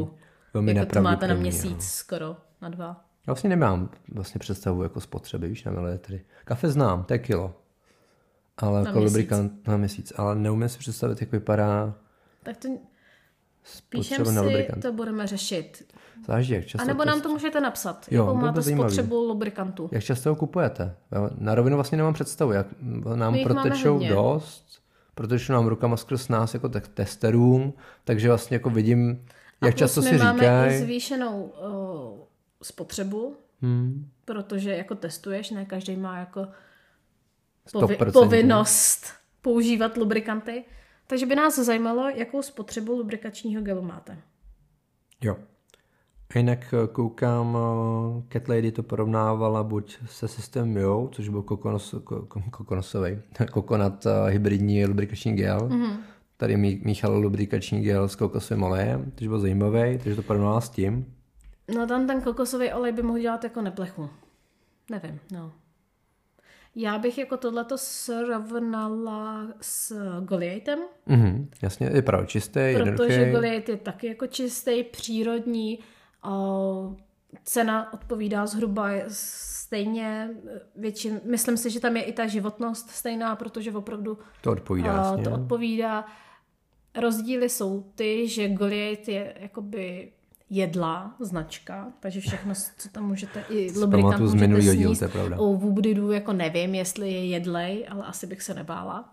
velmi jako to máte na nepravděpodobný, měsíc no. skoro, na dva. Já vlastně nemám vlastně představu jako spotřeby, víš, na mililitry. Kafe znám, to je kilo. Ale Na jako měsíc. lubrikant na měsíc. Ale neumím si představit, jak vypadá Tak to píšem spotřeba na si, lubrikant. to budeme řešit. Záleží, jak často A nebo to- nám to můžete napsat, Jo, jakou bylo by máte zajímavý. spotřebu lubrikantu. Jak často ho kupujete? Já na rovinu vlastně nemám představu, jak nám My jich máme protečou hodně. dost, protečou nám rukama skrz nás jako tak testerům, takže vlastně jako vidím, A jak plus často my si máme i říkají. zvýšenou uh, spotřebu, Hmm, protože jako testuješ, ne každý má jako sto povi- procent. povinnost používat lubrikanty. Takže by nás zajímalo, jakou spotřebu lubrikačního gelu máte. Jo. A jinak eh, koukám, eh, Cat Lady to porovnávala buď se systémem Jo, což byl kokonos, ko, ko, kokonosový, kokonat uh, hybridní lubrikační gel. Mm-hmm. Tady mí, míchal lubrikační gel s kokosovým olejem, což byl zajímavý, takže to porovnala s tím. No tam ten kokosový olej by mohl dělat jako neplechu. Nevím, no. Já bych jako tohleto srovnala s Goliatem, Mhm, jasně, je pravda, čistý, protože jednoduchý. Goliat je taky jako čistý, přírodní, o, cena odpovídá zhruba stejně větší. Myslím si, že tam je i ta životnost stejná, protože opravdu To odpovídá, o, jasně. to odpovídá. Rozdíly jsou ty, že Goliat je jakoby jedlá značka, takže všechno, co tam můžete, i Si lubrikant pamatuju z můžete minulýho dílu, sníst. to je pravda. U Woobdidu jako nevím, jestli je jedlej, ale asi bych se nebála.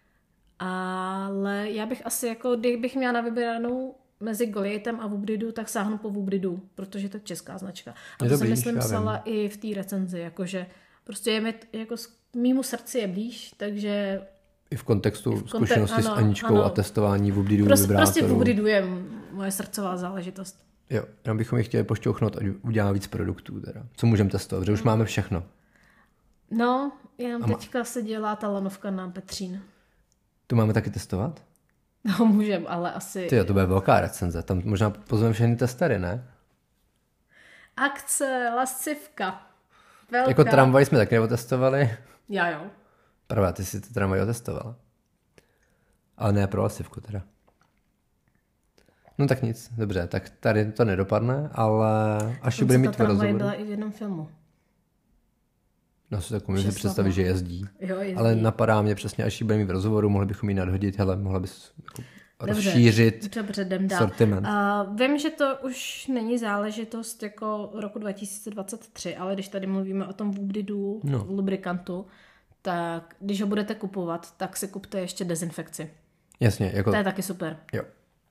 Ale já bych asi jako, kdybych měla na vybranou mezi Goliatem a Woobdidu, tak sáhnu po Woobdidu, protože to je česká značka. A Je to to jsem blíž, myslím já psala i v té recenzi, jakože prostě je mi t- jako s- mýmu srdci je blíž, takže I v kontextu konte- zkušenosti ano, s Aničkou ano. a testování Woobdidu prostě, vibrátorů. prostě Woobdidu je moje srdcová záležitost. Jo, jenom bychom ji chtěli pošťouchnout a udělat víc produktů teda. Co můžeme testovat, protože už máme všechno. No, jenom A ma- teďka se dělá ta lanovka na Petřín. Tu máme taky testovat? No, můžem, ale asi... Ty, to bude velká recenze. Tam možná pozveme všechny testery, ne? Akce, lascivka. Velká. Jako tramvaj jsme taky otestovali. Já jo. Pravda, ty jsi ty tramvaj otestovala. Ale ne pro lasivku teda. No tak nic, dobře, tak tady to nedopadne, ale až ji bude mít v Ta tramvaj rozhovoru. byla i v jednom filmu. No si tak umím si Přesně, představit, no. že jezdí. Jo, jezdí. Ale napadá mě přesně, až ji bude mít v rozhovoru, mohli bychom ji nadhodit, hele, mohla bys jako Dobře, rozšířit Dobře, jdem dál. sortiment. A vím, že to už není záležitost jako roku dva tisíce dvacet tři, ale když tady mluvíme o tom Woobdidu, No. lubrikantu, tak když ho budete kupovat, tak si kupte ještě dezinfekci. Jasně, jako To je taky super. jo.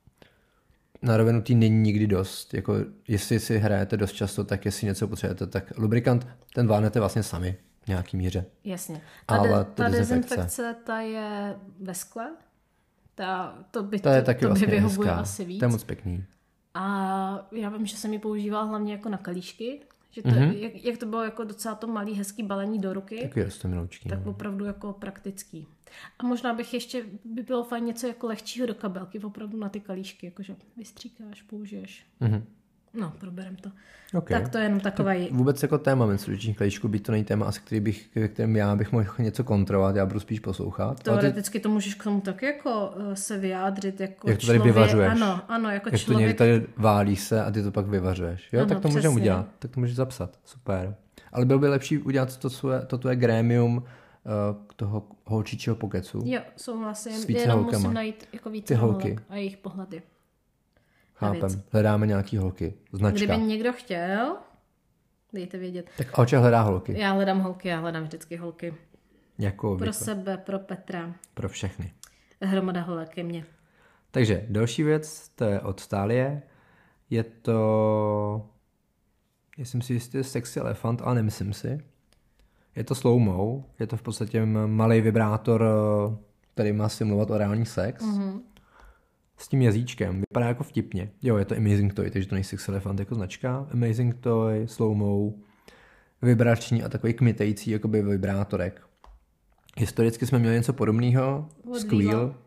Na rovinu tý není nikdy dost. Jako, jestli si hrajete dost často, tak jestli něco potřebujete, tak lubrikant, ten vládnete vlastně sami v nějaký míře. Jasně. Ta, Ale de, ta ta dezinfekce. dezinfekce, ta je ve skle. Ta, to by, To je taky to by vlastně vyhovuje hezká. asi víc. To je moc pěkný. A já vím, že jsem ji používala hlavně jako na kalíšky. Že to, Mhm. jak, jak to bylo jako docela to malý, hezký balení do ruky, Taky rostomiloučký. tak No. opravdu jako praktický. A možná bych ještě, by bylo fajn něco jako lehčího do kabelky, opravdu na ty kalíšky, jakože vystříkáš, použiješ. Mhm. No, proberem to. Okay. Tak to je jenom taková... Vůbec jako téma menstruačních kalíčků, byť to není téma, asi který bych, ve kterém já bych mohl něco kontrolovat, já budu spíš poslouchat. Ale ty, Teoreticky to můžeš k tomu tak jako uh, se vyjádřit jako Jak to tady člověk. vyvařuješ. Ano, ano, jako jak to někdy člověk. tady válí se a ty to pak vyvařuješ. Jo, Ano, tak to můžeme přesně. udělat. Tak to můžeš zapsat. Super. Ale bylo by lepší udělat to, tvoje, to tvoje grémium uh, toho holčičího pokecu. Jo, souhlasím. S více Jenom holkama. musím najít jako více Ty holky. holek a jejich pohledy. Chápem. Hledáme nějaký holky. Značka. Kdyby někdo chtěl, dejte vědět. Tak Alča hledá holky. Já hledám holky, já hledám vždycky holky. Jako Pro obvykle. sebe, pro Petra. Pro všechny. Hromada holek je mě. Takže další věc, to je od Thalie. Je to, myslím si, jestli je sexy elefant, ale nemyslím si. Je to slow-mo, je to v podstatě malý vibrátor, který má simulovat orální sex. Mm-hmm. S tím jazyčkem. Vypadá jako vtipně. Jo, je to Amazing Toy, takže to není Sex Elefant jako značka. Amazing Toy, slow-mo, vibrační a takový kmitající jakoby vibrátorek. Historicky jsme měli něco podobného. Od Squeal. Viva.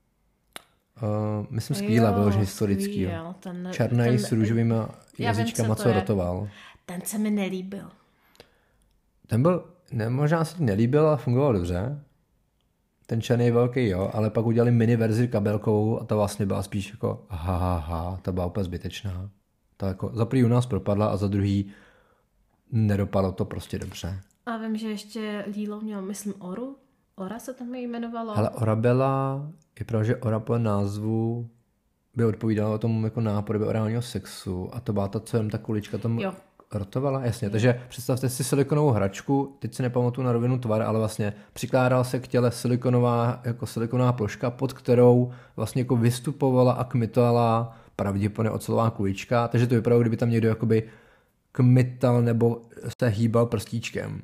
Uh, myslím Squeala byl už historický. Squeal, ten- Černý ten- s růžovýma Já vím, jazyčkama, co co to je. rotoval. Ten se mi nelíbil. Ten byl, ne, možná se ti nelíbil, ale fungoval dobře. Ten černý velký, jo, ale pak udělali mini verzi kabelkovou a ta vlastně byla spíš jako ha, ha, ha, ta byla úplně zbytečná. Ta jako za prvý u nás propadla a za druhý nedopadlo to prostě dobře. A vím, že ještě Lilo měl, myslím, Oru. Ora se tam jmenovalo. Ale Ora byla, je pravda, že Ora po názvu by odpovídala o tom jako nápodobě orálního sexu a to byla ta, co jen ta kulička tam Jo. rotovala, jasně. Jo. Takže představte si silikonovou hračku, teď si nepamatuju na rovinu tvar, ale vlastně přikládala se k těle silikonová, jako silikonová ploška, pod kterou vlastně jako vystupovala a kmitovala pravděpodobně ocelová kulička, takže to vypadalo, kdyby tam někdo jakoby kmital nebo se hýbal prstíčkem.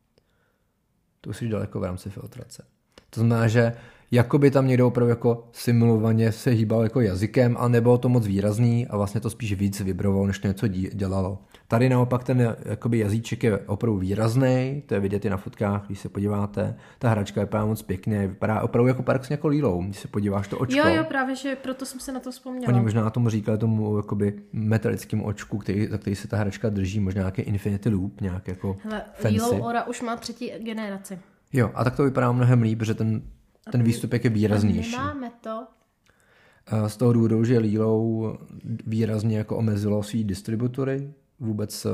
To už jsi daleko v rámci filtrace. To znamená, že jakoby tam někdo opravdu jako simulovaně se hýbal jako jazykem a nebylo to moc výrazný a vlastně to spíš víc vibrovalo, než to něco dělalo. Tady naopak ten jakoby jazyček je opravdu výrazný, to je vidět i na fotkách, když se podíváte. Ta hračka vypadá moc pěkně, vypadá opravdu jako paradoxně jako Lilo, když se podíváš to očko. Jo, jo, právě, že proto jsem se na to vzpomněla. Oni možná tomu říkali tomu jakoby metalickému očku, který, za který se ta hračka drží, možná nějaký Infinity Loop, nějak jako Hele, fancy. Lilo Ora už má třetí generaci. Jo, a tak to vypadá mnohem líp, že ten, ten výstupek je výraznější. Nemáme to. Z toho důvodu, že Lilo výrazně jako omezilo svý distributory, vůbec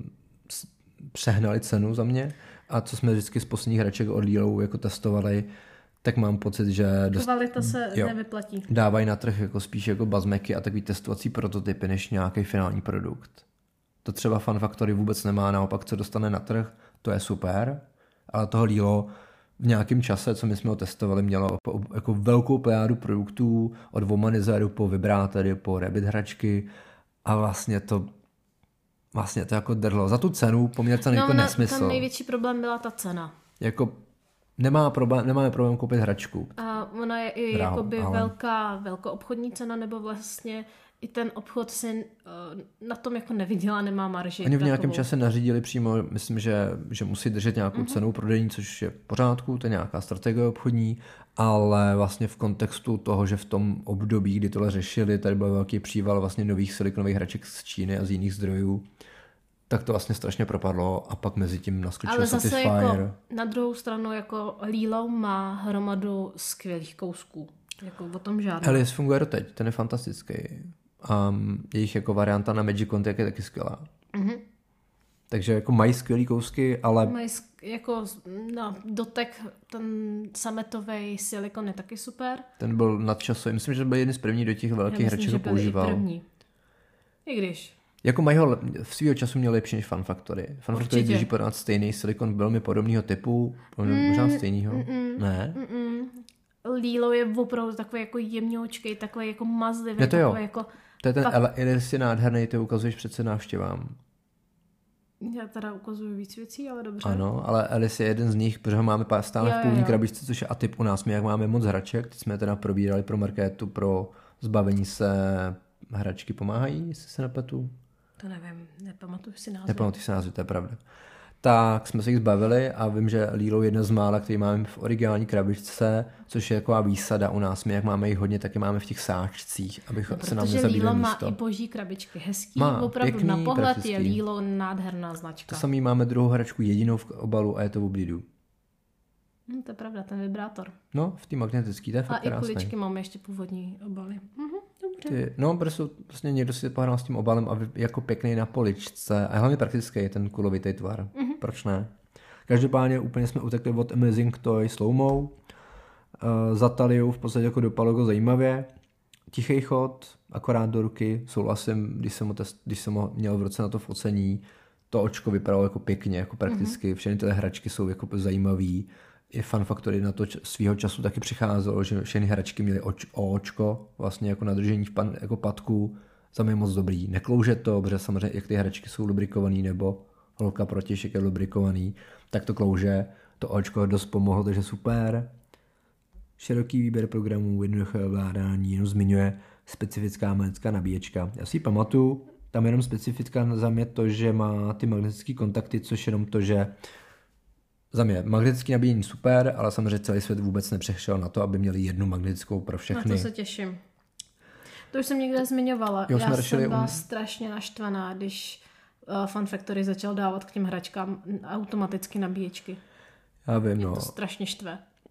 přehnali cenu za mě a co jsme vždycky z posledních hraček od Lilo jako testovali, tak mám pocit, že dost... kvalita se jo, nevyplatí. Dávají na trh jako spíš jako bazmeky a takový testovací prototypy, než nějaký finální produkt. To třeba Fun Factory vůbec nemá, naopak co dostane na trh, to je super, ale toho Lilo v nějakém čase, co my jsme ho testovali, mělo jako velkou plejádu produktů od Womanizeru po vibrátory, po Rabbit hračky a vlastně to vlastně to jako drhlo. Za tu cenu poměrně no, jako na, nesmysl. Tam největší problém byla ta cena. Jako nemá problém, nemáme problém koupit hračku. A ona je i Drahou, jakoby ale... velká, velkoobchodní cena, nebo vlastně i ten obchod si uh, na tom jako nevydělá, nemá marži. Oni v nějakém takovou. čase nařídili přímo, myslím, že, že musí držet nějakou mm-hmm. cenu prodejní, což je v pořádku, to je nějaká strategie obchodní, ale vlastně v kontextu toho, že v tom období, kdy tohle řešili, tady byl velký příval vlastně nových silikonových hraček z Číny a z jiných zdrojů, tak to vlastně strašně propadlo a pak mezi tím naskočil ale zase Satisfyer. jako na druhou stranu jako Lilo má hromadu skvělých kousků. Jako o tom žádný. Alice funguje doteď, ten je fantastický. A jejich jako varianta na Magic Contact je taky skvělá. Mm-hmm. Takže jako mají skvělý kousky, ale... Mají jako na dotek ten sametový silikon je taky super. Ten byl nadčasový. Myslím, že byl jeden z prvních do těch velkých hraček ho používal. První. I když. Jako mají ho v svýho času měl lepší než Fun Factory. Fun Factory drží pořád stejný silikon velmi podobného typu. Mm, možná stejného. Mm, ne? Mm, Lilo je opravdu takový jako jemňoučkej, takový jako mazlivý. Ne to jo. Jako, to je ten fakt... Alice je nádherný, ty ukazuješ přece návštěvám. Já teda ukazuju víc věcí, ale dobře. Ano, ale Alice je jeden z nich, protože ho máme stále jo, v půlní jo. krabičce, což je atyp u nás. My jak máme moc hraček, teď jsme teda probírali pro marketu, pro zbavení se hračky pomáhají, jestli se nepletu. To nevím, nepamatuju si název. Nepamatuju si název, to je pravda. Tak jsme se jich zbavili a vím, že Lilo je jedna z mála, který máme v originální krabičce, což je taková výsada u nás. My jak máme jich hodně, tak je máme v těch sáčcích, abych no, se nám nezabíjeli Lilo místo. má i boží krabičky, hezký, má, opravdu pěkný, na pohled praktický. Je Lilo nádherná značka. To samý máme druhou hračku jedinou v obalu a je to v Oblidu. Hm, to je pravda, ten vibrátor. No, v té magnetické, to je fakt a krásný. A i kuličky máme ještě původní obaly. Mhm, dobře. Ty, no, prostě vlastně někdo si pohrál s tím obalem a jako pěkný na poličce a hlavně praktický je ten kulovitý tvar. Mhm. Proč ne? Každopádně úplně jsme utekli od Amazing Toy s Loumou. Uh, za Taliou v podstatě jako dopadlo jako zajímavě. Tichý chod, akorát do ruky. Souhlasím, když jsem ho, test, když jsem ho měl v roce na to v ocení, to očko vypadalo jako pěkně, jako prakticky. Mm-hmm. Všechny ty hračky jsou jako zajímavý. I Fun Factory na to svýho času taky přicházelo, že všechny hračky měly oč, o očko, vlastně jako nadržení v pan, jako patku. Za mě moc dobrý. Neklouže to, protože samozřejmě jak ty hračky jsou lubrikovaný nebo holka protějšek je lubrikovaný, tak to klouže, to očko dost pomohlo, takže super. Široký výběr programů, jednoduché ovládání, jenom zmiňuje specifická magnetická nabíječka. Já si ji pamatuju, tam jenom specifická za mě to, že má ty magnetické kontakty, což jenom to, že za mě magnetické nabíjení super, ale samozřejmě celý svět vůbec nepřešel na to, aby měli jednu magnetickou pro všechny. Na to se těším. To už jsem někde zmiňovala. Jo, Já jsem byla um... strašně naštvaná, když uh, Fun Factory začal dávat k těm hračkám automaticky nabíječky. Já vím, Mě no. to strašně štve.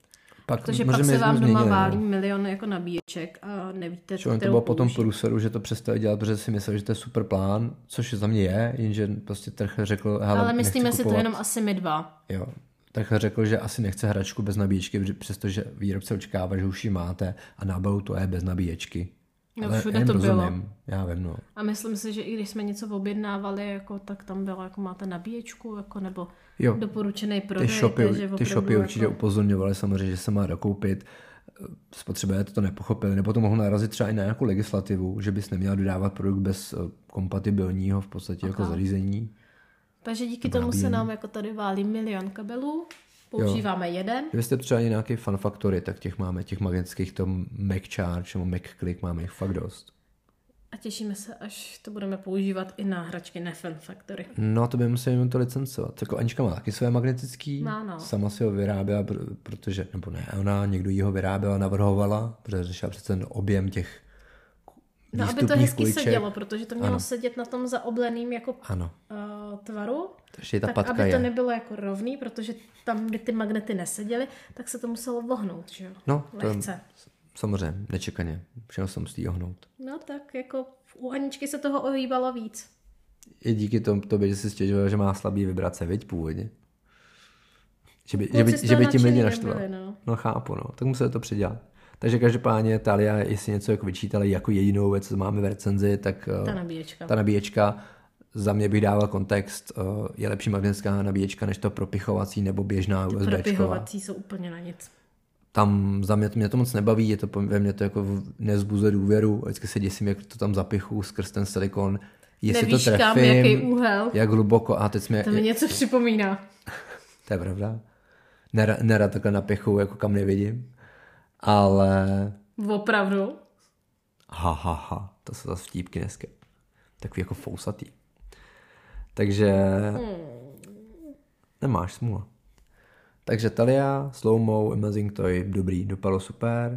Pak, protože pak se vám doma válí miliony jako nabíječek a nevíte, co to bylo po tom průseru, že to přestali dělat, protože si mysleli, že to je super plán, což za mě je, jenže prostě trh řekl... Ale myslíme si to jenom asi my dva. Jo. Trh řekl, že asi nechce hračku bez nabíječky, přestože výrobce očekává, že už ji máte a na obalu to je bez nabíječky. No, ale všude to rozumím. Bylo. Já vím, no. A myslím si, že i když jsme něco objednávali, jako, tak tam bylo, jako máte nabíječku, jako, nebo jo. doporučený prodej. Ty shopy, ty shopy určitě jako... upozorňovaly samozřejmě, že se má dokoupit. Spotřebitelé to nepochopili, nebo to mohlo narazit třeba i na nějakou legislativu, že bys neměla dodávat produkt bez kompatibilního v podstatě jako zařízení. Takže díky tomu se nám jako tady válí milion kabelů. Používáme jo. jeden. Kdybyste třeba nějaký Fun Factory, tak těch máme, těch magnetických, to Mac Charge nebo Mac Click, máme jich fakt dost. A těšíme se, až to budeme používat i na hračky ne Fun Factory. No to by museli jenom to licencovat. Jako Anička má taky své magnetický, má, no. Sama si ho vyráběla, protože, nebo ne, ona, někdo jí ho vyráběla, navrhovala, protože řešila přece ten objem těch no, aby to hezky kuliček. Sedělo, protože to mělo ano. sedět na tom zaobleným jako ano. Uh, tvaru. Takže ta tak patka aby je. to nebylo jako rovný, protože tam, by ty magnety neseděly, tak se to muselo vohnout, že jo? No, lehce. To, samozřejmě, nečekaně. Všechno se musí ohnout. No tak jako u Aničky se toho ohýbalo víc. I díky tomu, tobě, že si stěžovala, že má slabý vibrace, viď původně. Že by, že by, že by tím lidi naštval. No. no chápu, no. Tak museli to předělat. Takže každopádně Thalia, jestli něco jako vyčítali jako jedinou věc, co máme v recenzi, tak ta nabíječka. Ta nabíječka, za mě bych dával kontext, je lepší magnetická nabíječka než to propichovací nebo běžná Ty USBčková. propichovací jsou úplně na nic. Tam za mě to, mě to moc nebaví, je to ve mně to jako nezbuzuje důvěru, vždycky se děsím, jak to tam zapichu skrz ten silikon. Jestli Nevíš to trefím, kam, jaký úhel. Jak hluboko. A teď jsme, to mi něco připomíná. To je pravda. Nerad, nerad takhle napichu, jako kam nevidím. Ale... Opravdu? Ha, ha, ha. To jsou zase vtípky dneska. Takový jako fousatý. Takže... Hmm. Nemáš smůla. Takže Thalia, Slow-Mo, Amazing Toy, dobrý, dopadlo super.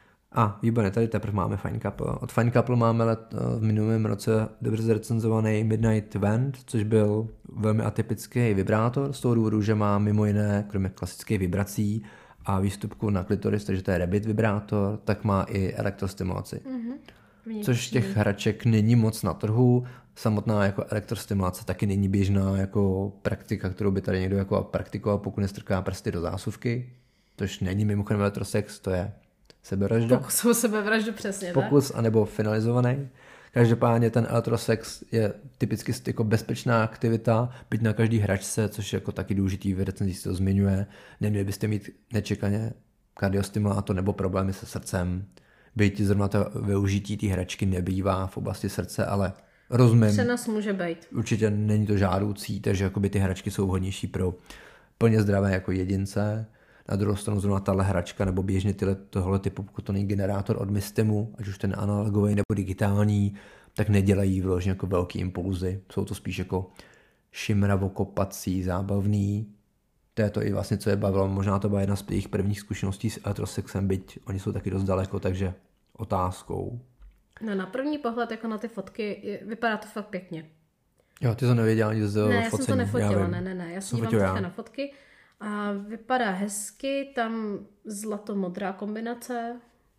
A výborně, tady teprve máme Fine Couple. Od Fine Couple máme let, v minulém roce dobře zrecenzovaný Midnight Vent, což byl velmi atypický vibrátor, z toho důvodu, že má mimo jiné, kromě klasických vibrací a výstupku na klitoris, takže to je Rabbit vibrátor, tak má i elektrostimulaci. Mm-hmm. Což těch hraček není moc na trhu. Samotná jako elektrostimulace taky není běžná jako praktika, kterou by tady někdo jako praktikoval, pokud nestrká prsty do zásuvky. Tož není mimochodem elektrosex, to je sebevražda. Pokus o sebevraždu, přesně. Pokus, anebo finalizovaný. Každopádně ten elektrosex je typicky jako bezpečná aktivita, byť na každý hračce, což je jako taky důležitý, v recenzích se to zmiňuje. Neměli byste mít nečekaně kardiostimulátor nebo problémy se srdcem. Byť zrovna to využití té hračky nebývá v oblasti srdce, ale rozumím. Přenos může být. Určitě není to žádoucí, takže jakoby ty hračky jsou vhodnější pro plně zdravé jako jedince. Na druhou stranu zrovna tahle hračka nebo běžně tyhle, tohle typu, pokud to není generátor od Mystemu, ať už ten analogový nebo digitální, tak nedělají vyloženě jako velký impulzy. Jsou to spíš jako šimravokopací, zábavný. To je to i vlastně, co je bavilo. Možná to byla jedna z jejich prvních zkušeností s elektrosexem, byť oni jsou taky dost daleko, takže otázkou. No na první pohled, jako na ty fotky, vypadá to fakt pěkně. Jo, ty to nevěděla ani z focení. Ne, já jsem to nefotila, ne, ne, ne. Já si dívám teďka na fotky a vypadá hezky, tam zlato-modrá kombinace.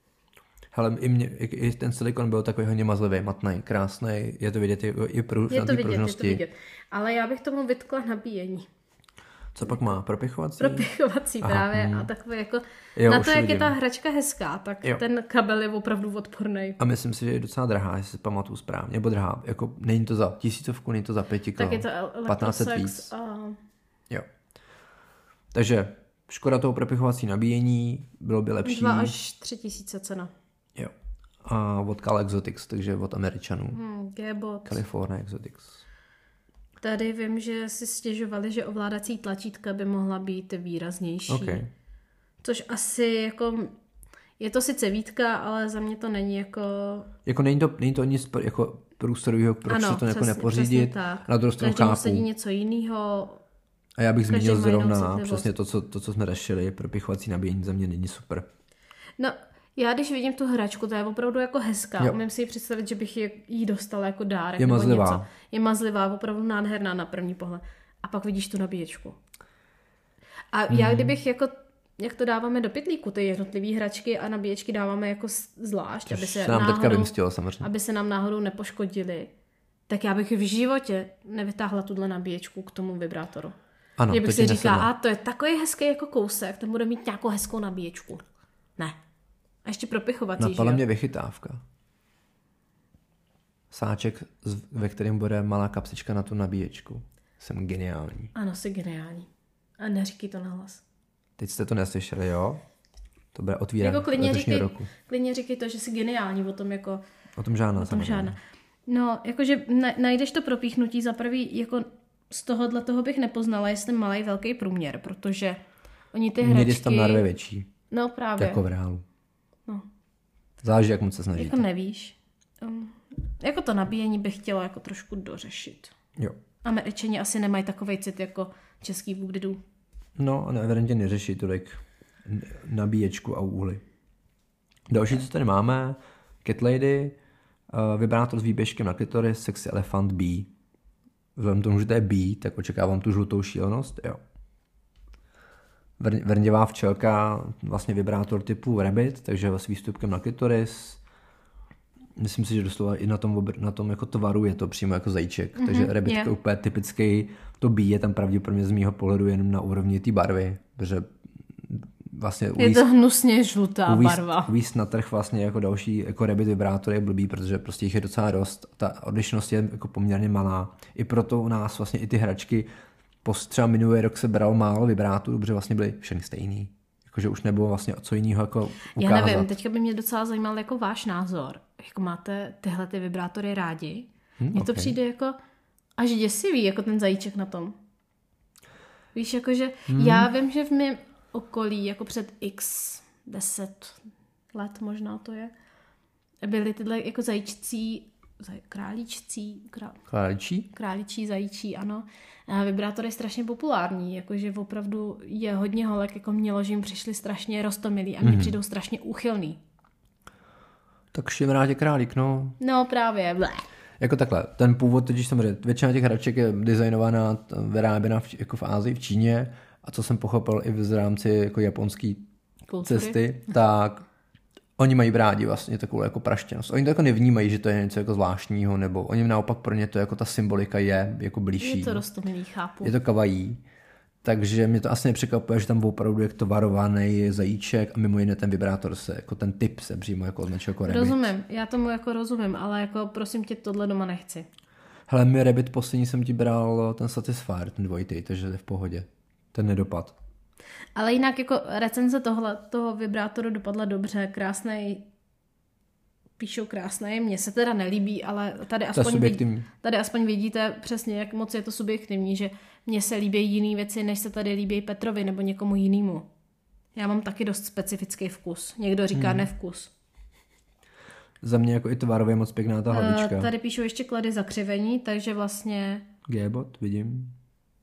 Hele, i, mě, i, i ten silikon byl takový hodně mazlivý, matný, krásný, je to vidět i, i prů, je na to té vidět, pružnosti. Je to vidět, ale já bych tomu vytkla nabíjení. Co pak má? Propichovací? Propichovací Aha, právě hmm. a takové jako jo, na to, jak vidím. Je ta hračka hezká, tak jo. Ten kabel je opravdu odporný. A myslím si, že je docela drahá, jestli si pamatuju správně, nebo drahá, jako není to za tisícovku, není to za pěti tak je to patnáct set víc. A... Jo. Takže škoda toho propichovací nabíjení, bylo by lepší. Dva až tři tisíce cena. Jo. A od Cal Exotics, takže od Američanů. Hmm, G-bot. California Exotics. Tady vím, že si stěžovali, že ovládací tlačítka by mohla být výraznější. Okay. Což asi jako... Je to sice výtka, ale za mě to není jako... Jako není to, není to nic jako průstorového, proč ano, si to jako přesně, nepořídit. Tak. Na druhou stranu chápu. sedí něco jiného. A já bych zmínil zrovna přesně to co, to, co jsme řešili. Propichovací nabíjení za mě není super. No, já když vidím tu hračku, to je opravdu jako hezká. Jo. Umím si ji představit, že bych ji dostala jako dárek. Je nebo mazlivá. Něco. Je mazlivá, opravdu nádherná na první pohled. A pak vidíš tu nabíječku. A mm. já kdybych jako jak to dáváme do pytlíku, ty jednotlivé hračky a nabíječky dáváme jako zvlášť, aby se, se nám náhodou, teďka vymstilo samozřejmě. aby se nám náhodou nepoškodili. Tak já bych v životě nevytáhla tuhle nabíječku k tomu vibrátoru. Ano, Kdybych to si ti říkala, nesedlo. a to je takový hezký jako kousek, ten bude mít nějakou hezkou nabíječku. Ne. A ještě propichovací, Napadla že mě jo? vychytávka. Sáček, z- ve kterém bude malá kapsička na tu nabíječku. Jsem geniální. Ano, jsi geniální. A neříkej to nahlas. Teď jste to neslyšeli, jo? To bude otvírání Jako klidně letošního říkej, roku. klidně říkej to, že jsi geniální, o tom jako... O tom žádná O tom samozřejmě. žádná. No, jakože na, najdeš to propíchnutí za prvý, jako z tohohle toho bych nepoznala, jestli malý, velký průměr, protože oni ty hračky... Někdy jsi tam na dvě větší, No právě. jako v reálu. No. Záleží, jak moc se snažíte. Jako nevíš. Um, jako to nabíjení bych chtěla jako trošku dořešit. Jo. Američani asi nemají takovej cit jako český vůbdidů. No a evidentně neřeší tolik n- nabíječku a úhly. Další, co tady máme, Cat Lady, uh, vibrátor s výběžkem na klitoris, Sexy Elephant B. Vzhledem k tomu, že to je B, tak očekávám tu žlutou šílenost, jo. Vr- vrněvá včelka, vlastně vibrátor typu Rabbit, takže s výstupkem na klitoris. Myslím si, že doslova i na tom, obr- na tom jako tvaru je to přímo jako zajíček, mm-hmm, takže Rabbit je. je úplně typický, to B je tam pravděpodobně z mýho pohledu jenom na úrovni té barvy, protože vlastně Je uvíc, to hnusně žlutá uvíc, barva. uvíc na trh vlastně jako další jako Rabbit vibrátor je blbý, protože prostě jich je docela dost, ta odlišnost je jako poměrně malá. I proto u nás vlastně i ty hračky, po třeba minulý rok se bralo málo vibrátorů, protože vlastně byly všechny stejný. Jakože už nebylo vlastně co jiného jako ukázat. Já nevím, teďka by mě docela zajímal jako váš názor. Jako máte tyhle ty vibrátory rádi? Hm, Mně to ok. přijde jako až děsivý, jako ten zajíček na tom. Víš, jakože hmm. já vím, že v mém okolí, jako před x deset let možná to je, byly tyhle jako zajíčcí, zaj, králíčcí, král, Kláričí? králičí, zajíčí, ano. A vibrátor je strašně populární, jakože opravdu je hodně holek, jako mělo, že jim přišli strašně roztomilí a mně Mhm. přijdou strašně úchylný. Tak šimrá tě králík, no. No právě, bleh. Jako takhle, ten původ, totiž samozřejmě, většina těch hraček je designovaná, t- vyráběna v, jako v Ázii, v Číně, a co jsem pochopil i v rámci jako japonský Kultury. cesty, tak oni mají rádi vlastně takovou jako praštěnost. Oni to jako nevnímají, že to je něco jako zvláštního, nebo oni naopak pro ně to jako ta symbolika je jako blížší. Je to roztomilý, chápu. Je to kawaii. Takže mě to asi nepřekvapuje, že tam opravdu je to varovaný zajíček a mimo jiné ten vibrátor se, jako ten typ se přímo jako označil jako Rabbit. Rozumím, já tomu jako rozumím, ale jako prosím tě, tohle doma nechci. Hele, mi Rabbit poslední jsem ti bral ten Satisfyer, ten dvojitý, takže to je v pohodě. Ten nedopad. Ale jinak jako recenze tohle, toho vibrátoru dopadla dobře, krásnej, píšou krásnej, mně se teda nelíbí, ale tady To je aspoň, subjektivní. vidí, tady aspoň vidíte přesně, jak moc je to subjektivní, že mně se líbí jiné věci, než se tady líbí Petrovi nebo někomu jinému. Já mám taky dost specifický vkus. Někdo říká hmm. nevkus. Za mě jako i tvarově moc pěkná ta hlavička. Uh, tady píšou ještě klady zakřivení, takže vlastně, G-bot, vidím.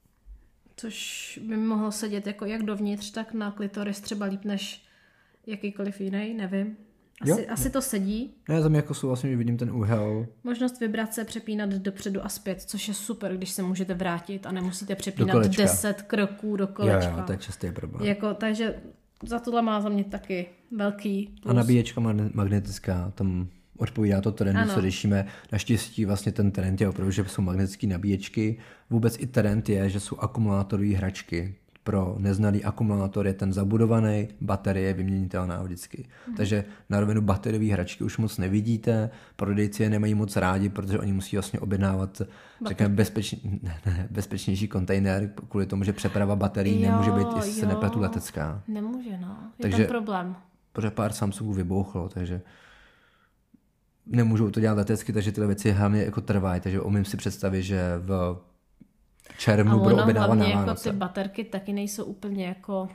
což by mohlo sedět jako jak dovnitř, tak na klitoris třeba líp než jakýkoliv jiný, nevím. Asi, Jo. asi to sedí. Ne, za mě jako souhlasím, že vidím ten úhel. Možnost vibrace přepínat dopředu a zpět, což je super, když se můžete vrátit a nemusíte Do přepínat kolečka. deset kroků do Jo, kolečka. jo, to je častý problém. Jako, takže za tohle má za mě taky velký plus. A nabíječka magne- magnetická, tam odpovídá to trendu, Ano. co řešíme. Naštěstí vlastně ten trend je opravdu, že jsou magnetické nabíječky. Vůbec i trend je, že jsou akumulátorové hračky. Pro neznalý akumulátor je ten zabudovaný, baterie je vyměnitelná vždycky. Hmm. Takže na rovinu bateriové hračky už moc nevidíte, prodejci je nemají moc rádi, protože oni musí vlastně objednávat řekněme, bezpečný, ne, ne, bezpečnější kontejner, kvůli tomu, že přeprava baterií Jo, nemůže být, jestli se jo. nepletu, letecká. Nemůže, no. Je Takže- tam problém. Protože pár Samsungů vybouchlo, takže nemůžou to dělat letecky, takže tyhle věci hlavně jako trvají, takže umím si představit, že v A červnu budou ono objednávat hlavně na jako Vánoce. ty baterky taky nejsou úplně jako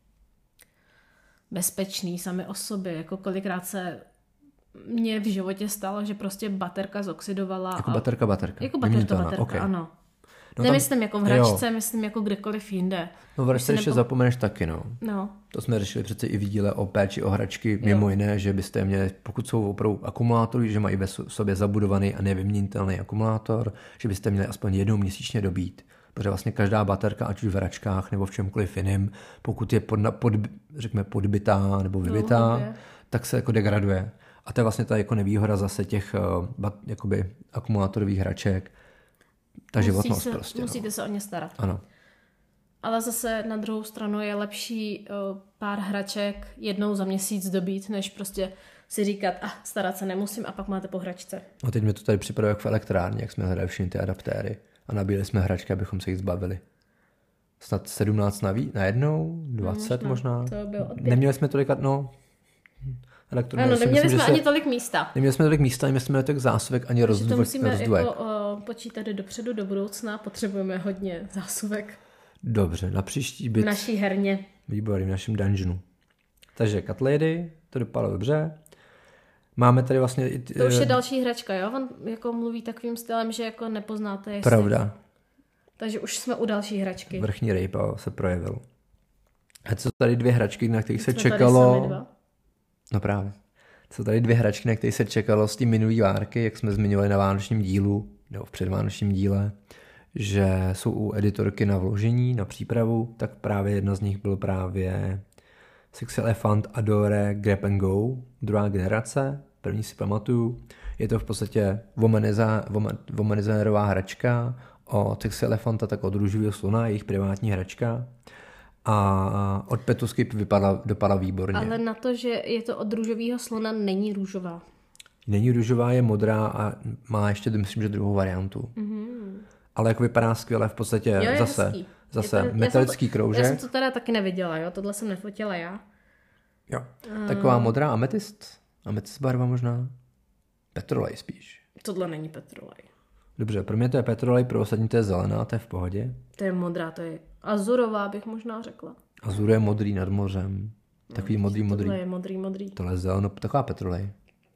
bezpečný sami o sobě. Jako kolikrát se mně v životě stalo, že prostě baterka zoxidovala. Jako a... baterka, baterka. Jako baterka, Vyměnitelná, baterka, okay. ano. No Nemyslím jako v hračce, jo. myslím jako kdekoliv jinde. No v hračce Už si ještě nepo- zapomeneš taky, no. No, To jsme řešili přece i v díle o péči o hračky, mimo jiné, že byste měli, pokud jsou opravdu akumulátory, že mají ve so- sobě zabudovaný a nevyměnitelný akumulátor, že byste měli aspoň jednou měsíčně dobít. protože vlastně každá baterka, ať už v hračkách nebo v čemkoliv jiném, pokud je pod, pod, řekněme podbitá nebo vybitá, Dlouhodobě. tak se jako degraduje. A to je vlastně ta jako nevýhoda zase těch uh, bat, jakoby akumulátorových hraček. Ta Musí životnost se, prostě. Musíte no. se o ně starat. Ano. Ale zase na druhou stranu je lepší uh, pár hraček jednou za měsíc dobít, než prostě si říkat, ah, starat se nemusím a pak máte po hračce. A teď mi to tady připadalo jak v elektrárně, jak jsme hledali všechny ty adaptéry a nabíjeli jsme hračky, abychom se jich zbavili. Snad sedmnáct na, ví, na jednou, dvacet no, možná. To bylo odpět. Neměli jsme tolik, no, elektrony. Ano, neměli myslím, jsme ani se, tolik místa. Neměli jsme tolik místa, ani jsme tolik zásuvek, ani Takže to musíme rozdvojek. jako uh, počítat dopředu, do budoucna. Potřebujeme hodně zásuvek Dobře, na příští v byt. naší herně. Výborný, v našem dungeonu. Takže Cat Lady, to dopadlo dobře. Máme tady vlastně... i t- To už je další hračka, jo? On jako mluví takovým stylem, že jako nepoznáte, jestli... Pravda. Takže už jsme u další hračky. Vrchní rejpa se projevil. A co tady dvě hračky, na kterých se Jsme tady čekalo... sami dva. No právě. Jsou tady dvě hračky, na kterých se čekalo s tím minulý várky, jak jsme zmiňovali na vánočním dílu, nebo v předvánočním díle, že jsou u editorky na vložení, na přípravu, tak právě jedna z nich byl právě Sexy Elephant Adore Grab and Go, druhá generace, první si pamatuju. Je to v podstatě womanizárová hračka o Sexy Elefanta, tak od růžového slona, jejich privátní hračka. A od Petusky vypadala, dopadla výborně. Ale na to, že je to od růžového slona, není růžová. Není růžová, je modrá a má ještě, myslím, že druhou variantu. Mm-hmm. Ale jako vypadá skvěle, v podstatě jo, je zase, hezký. zase je to, metalický já to, kroužek. Já jsem to teda taky neviděla, jo? Tohle jsem nefotila já. Jo. Taková modrá ametist. Ametist barva možná. Petrolej spíš. Tohle není petrolej. Dobře, pro mě to je petrolej, pro ostatní to je zelená, to je v pohodě. To je modrá, to je azurová, bych možná řekla. Azur je modrý nad mořem. Takový no, modrý, modrý. Tohle je modrý, modrý. Tohle je zeleno, taková petrolej.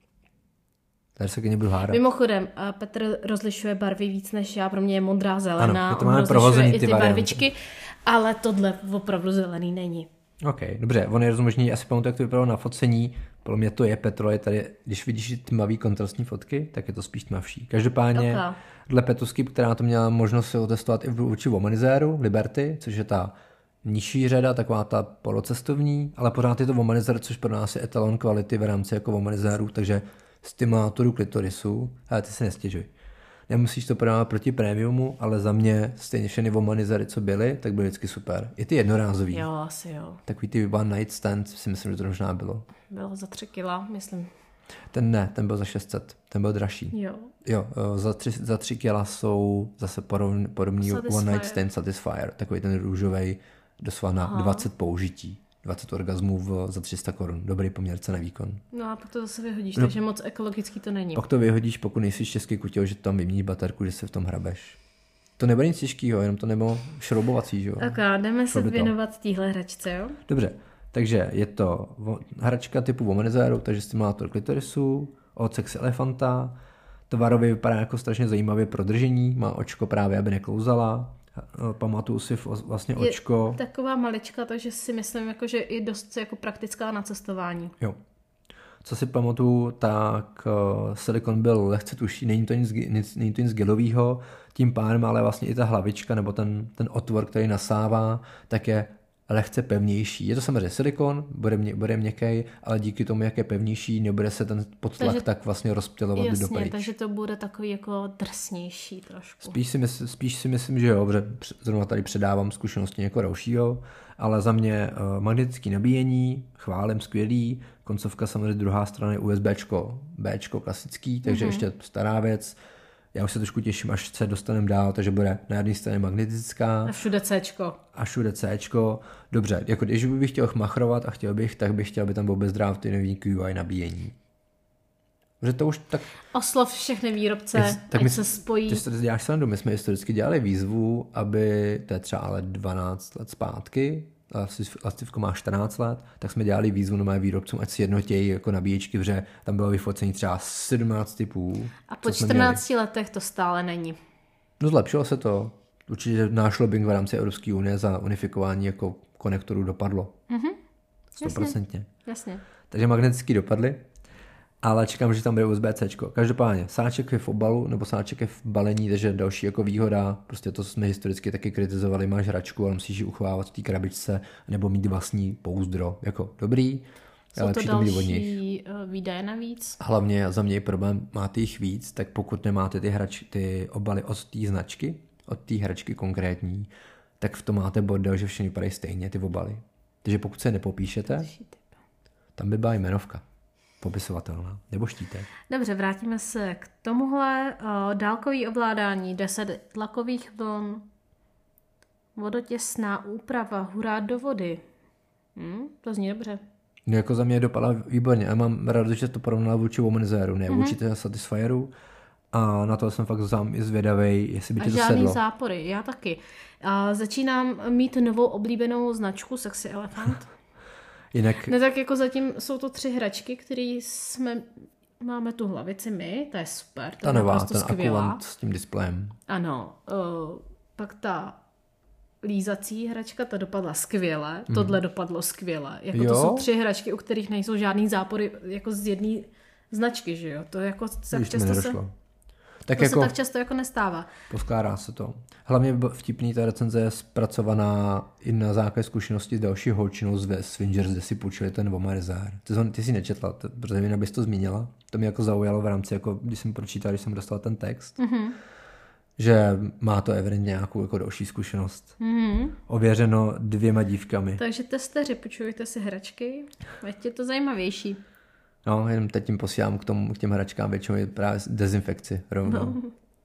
Tady se k ní budu hádat. Mimochodem, Petr rozlišuje barvy víc než já, pro mě je modrá, zelená. Ano, to máme prohozený ty, ty varianty. barvičky, ale tohle opravdu zelený není. OK, dobře, on je rozmožný, asi pamatuju, jak to vypadalo na focení, podle mě to je petrolej, tady, když vidíš tmavý kontrastní fotky, tak je to spíš tmavší. Každopádně, okay. dle Petusky, která to měla možnost si otestovat i vůči Womanizéru, Liberty, což je ta nižší řada, taková ta polocestovní, ale pořád je to Womanizer, což pro nás je etalon kvality v rámci jako Womanizéru, takže stimulátoru klitorisu, ale ty si nestěžuj. Nemusíš to prodávat proti prémiumu, ale za mě stejně všechny Womanizery, co byly, tak byly vždycky super. I ty jednorázový. Jo, asi jo. Takový ty one night stand si myslím, že to možná bylo. Bylo za tři kila, myslím. Ten ne, ten byl za šest set, ten byl dražší. Jo. Jo, za tři, za tři kila jsou zase podobný, podobný Satisfyer. one night stand Satisfyer, takový ten růžovej, doslova na Aha. dvacet použití. dvacet orgasmů v, za tři sta korun. Dobrý poměr cena výkon. No a pak to zase vyhodíš, No. takže moc ekologický to není. Pak to vyhodíš, pokud nejsi český kutil, že tam vyměníš baterku, že se v tom hrabeš. To nebude nic těžkýho, jenom to nebylo šroubovací, že jo? Tak a jdeme se Šlo by to. věnovat téhle hračce, jo? Dobře, takže je to vo- hračka typu Womanizeru, takže stimulátor klitorisu, od Sexy Elefanta. Tvarově vypadá jako strašně zajímavě pro držení, má očko právě, aby neklouzala. Pamatuju si vlastně očko. Je taková malička, takže si myslím, jako, že je dost jako praktická na cestování. Jo. Co si pamatuju, tak uh, silikon byl lehce tuší, není to nic, nic, není to nic gelového, tím pádem ale vlastně i ta hlavička nebo ten, ten otvor, který nasává, tak je lehce pevnější. Je to samozřejmě silikon, bude, mě, bude měkký, ale díky tomu, jak je pevnější, nebude se ten podtlak takže, tak vlastně rozptilovat do pryč. Jasně, takže to bude takový jako drsnější trošku. Spíš si, mysl, spíš si myslím, že jo, protože zrovna tady předávám zkušenosti někoho dalšího, ale za mě uh, magnetický nabíjení, chválím, skvělý, koncovka samozřejmě druhá strana je USBčko, Bčko klasický, takže mm-hmm. ještě stará věc. Já už se trošku těším, až se dostaneme dál, takže bude na jedné straně magnetická. A všude Cčko. A všude Cčko. Dobře, jako když bych chtěl chmachrovat a chtěl bych, tak bych chtěl, aby tam byl bezdrátový Q I nabíjení. Že to už tak... Oslov všechny výrobce, Jest, tak ať my, se spojí. Ty si to děláš srandu, my jsme historicky dělali výzvu, aby, to je třeba ale dvanáct let zpátky, Lascivko má čtrnáct let, tak jsme dělali výzvu na mé výrobcům, ať si jednotějí jako nabíječky, protože tam bylo vyfocení třeba sedmnáct typů. A po čtrnácti letech to stále není. No zlepšilo se to. Určitě náš lobbying v rámci Evropské unie za unifikování jako konektorů dopadlo. Mhm. sto procent. Jasně. Takže magnetický dopadly. ale čekám, že tam bude U S B C. Každopádně, sáček je v obalu, nebo sáček je v balení, takže další jako výhoda, prostě to jsme historicky taky kritizovali, máš hračku, ale musíš ji uchovávat v té krabičce, nebo mít vlastní pouzdro, jako dobrý. Jsou to další výdaje navíc? Hlavně za mě je problém, máte jich víc, tak pokud nemáte ty, hrač, ty obaly od té značky, od té hračky konkrétní, tak v tom máte bordel, že všechny vypadají stejně, ty obaly. Takže pokud se nepopíšete, tam by byla jmenovka popisovatelná, nebo štítek. Dobře, vrátíme se k tomuhle. Dálkový ovládání, deset tlakových vln, vodotěsná úprava, hurá do vody. Hm, to zní dobře. No jako za mě dopadla výborně. Já mám rád, že to porovnala vůči Womanizéru, ne mm-hmm. vůči té Satisfyeru. A na to jsem fakt sám i zvědavej, jestli by ti to sedlo. A žádný zápory, já taky. A začínám mít novou oblíbenou značku Sexy Elephant. Jinak... No tak jako zatím jsou to tři hračky, které jsme, máme tu hlavici my, ta je super, ta, ta nová, ten skvělá. s tím displejem. Ano, uh, pak ta lízací hračka, ta dopadla skvěle, mm. tohle dopadlo skvěle. Jako to jsou tři hračky, u kterých nejsou žádný zápory jako z jedné značky, že jo? To jako tak často se... Tak to jako, se tak často jako nestává. Poskládá se to. Hlavně vtipný, ta recenze je zpracovaná i na základě zkušenosti s další holčinou z Swingers, kde si půjčili ten Womanizer. Ty, ty jsi nečetla, to, protože jinak bys to zmínila. To mě jako zaujalo v rámci, jako, když jsem pročítal, když jsem dostal ten text, mm-hmm. že má to evidentně nějakou jako další zkušenost. Mm-hmm. Ověřeno dvěma dívkami. Takže testeři, půjčujte si hračky, ať je to zajímavější. No, jenom teď tím posílám k, tomu, k těm hračkám většinou je právě dezinfekci rovnou. No.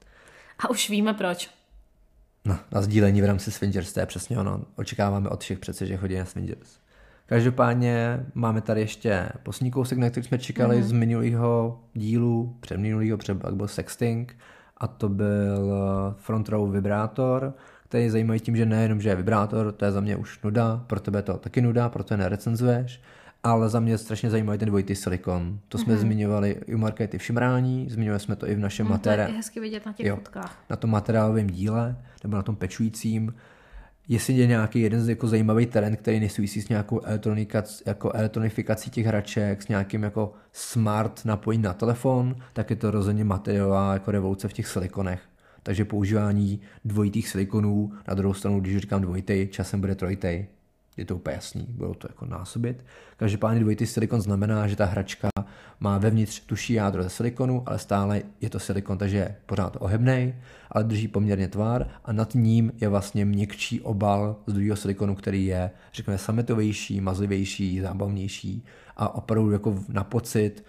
A už víme proč. No, na sdílení v rámci Swingers, to je přesně ono. Očekáváme od všech přece, že chodí na Swingers. Každopádně máme tady ještě poslední kousek, na který jsme čekali mm-hmm. z minulého dílu, předminulého, třeba byl sexting, a to byl front row vibrátor, který je zajímavý tím, že nejenom, že je vibrátor, to je za mě už nuda, pro tebe to taky nuda, proto je nerecenzuješ, ale za mě je strašně zajímavý ten dvojitý silikon. To jsme mm-hmm. zmiňovali i u Markéty v Šimrání, zmiňovali jsme to i v našem mm, materiálu. To je hezky vidět na těch jo, fotkách. Na tom materiálovém díle, nebo na tom pečujícím. Jestli je nějaký jeden z jako zajímavý trend, který nesouvisí s nějakou jako elektronifikací těch hraček, s nějakým jako smart napojení na telefon, tak je to rozhodně materiálová jako revoluce v těch silikonech. Takže používání dvojitých silikonů, na druhou stranu, když říkám dvojitý, časem bude trojitý. Je to úplně jasný, bylo to jako násobit. Každopádně dvojitý silikon znamená, že ta hračka má vevnitř tuší jádro ze silikonu, ale stále je to silikon, takže je pořád ohebnej, ale drží poměrně tvar a nad ním je vlastně měkčí obal z druhého silikonu, který je, řekněme, sametovější, mazlivější, zábavnější a opravdu jako na pocit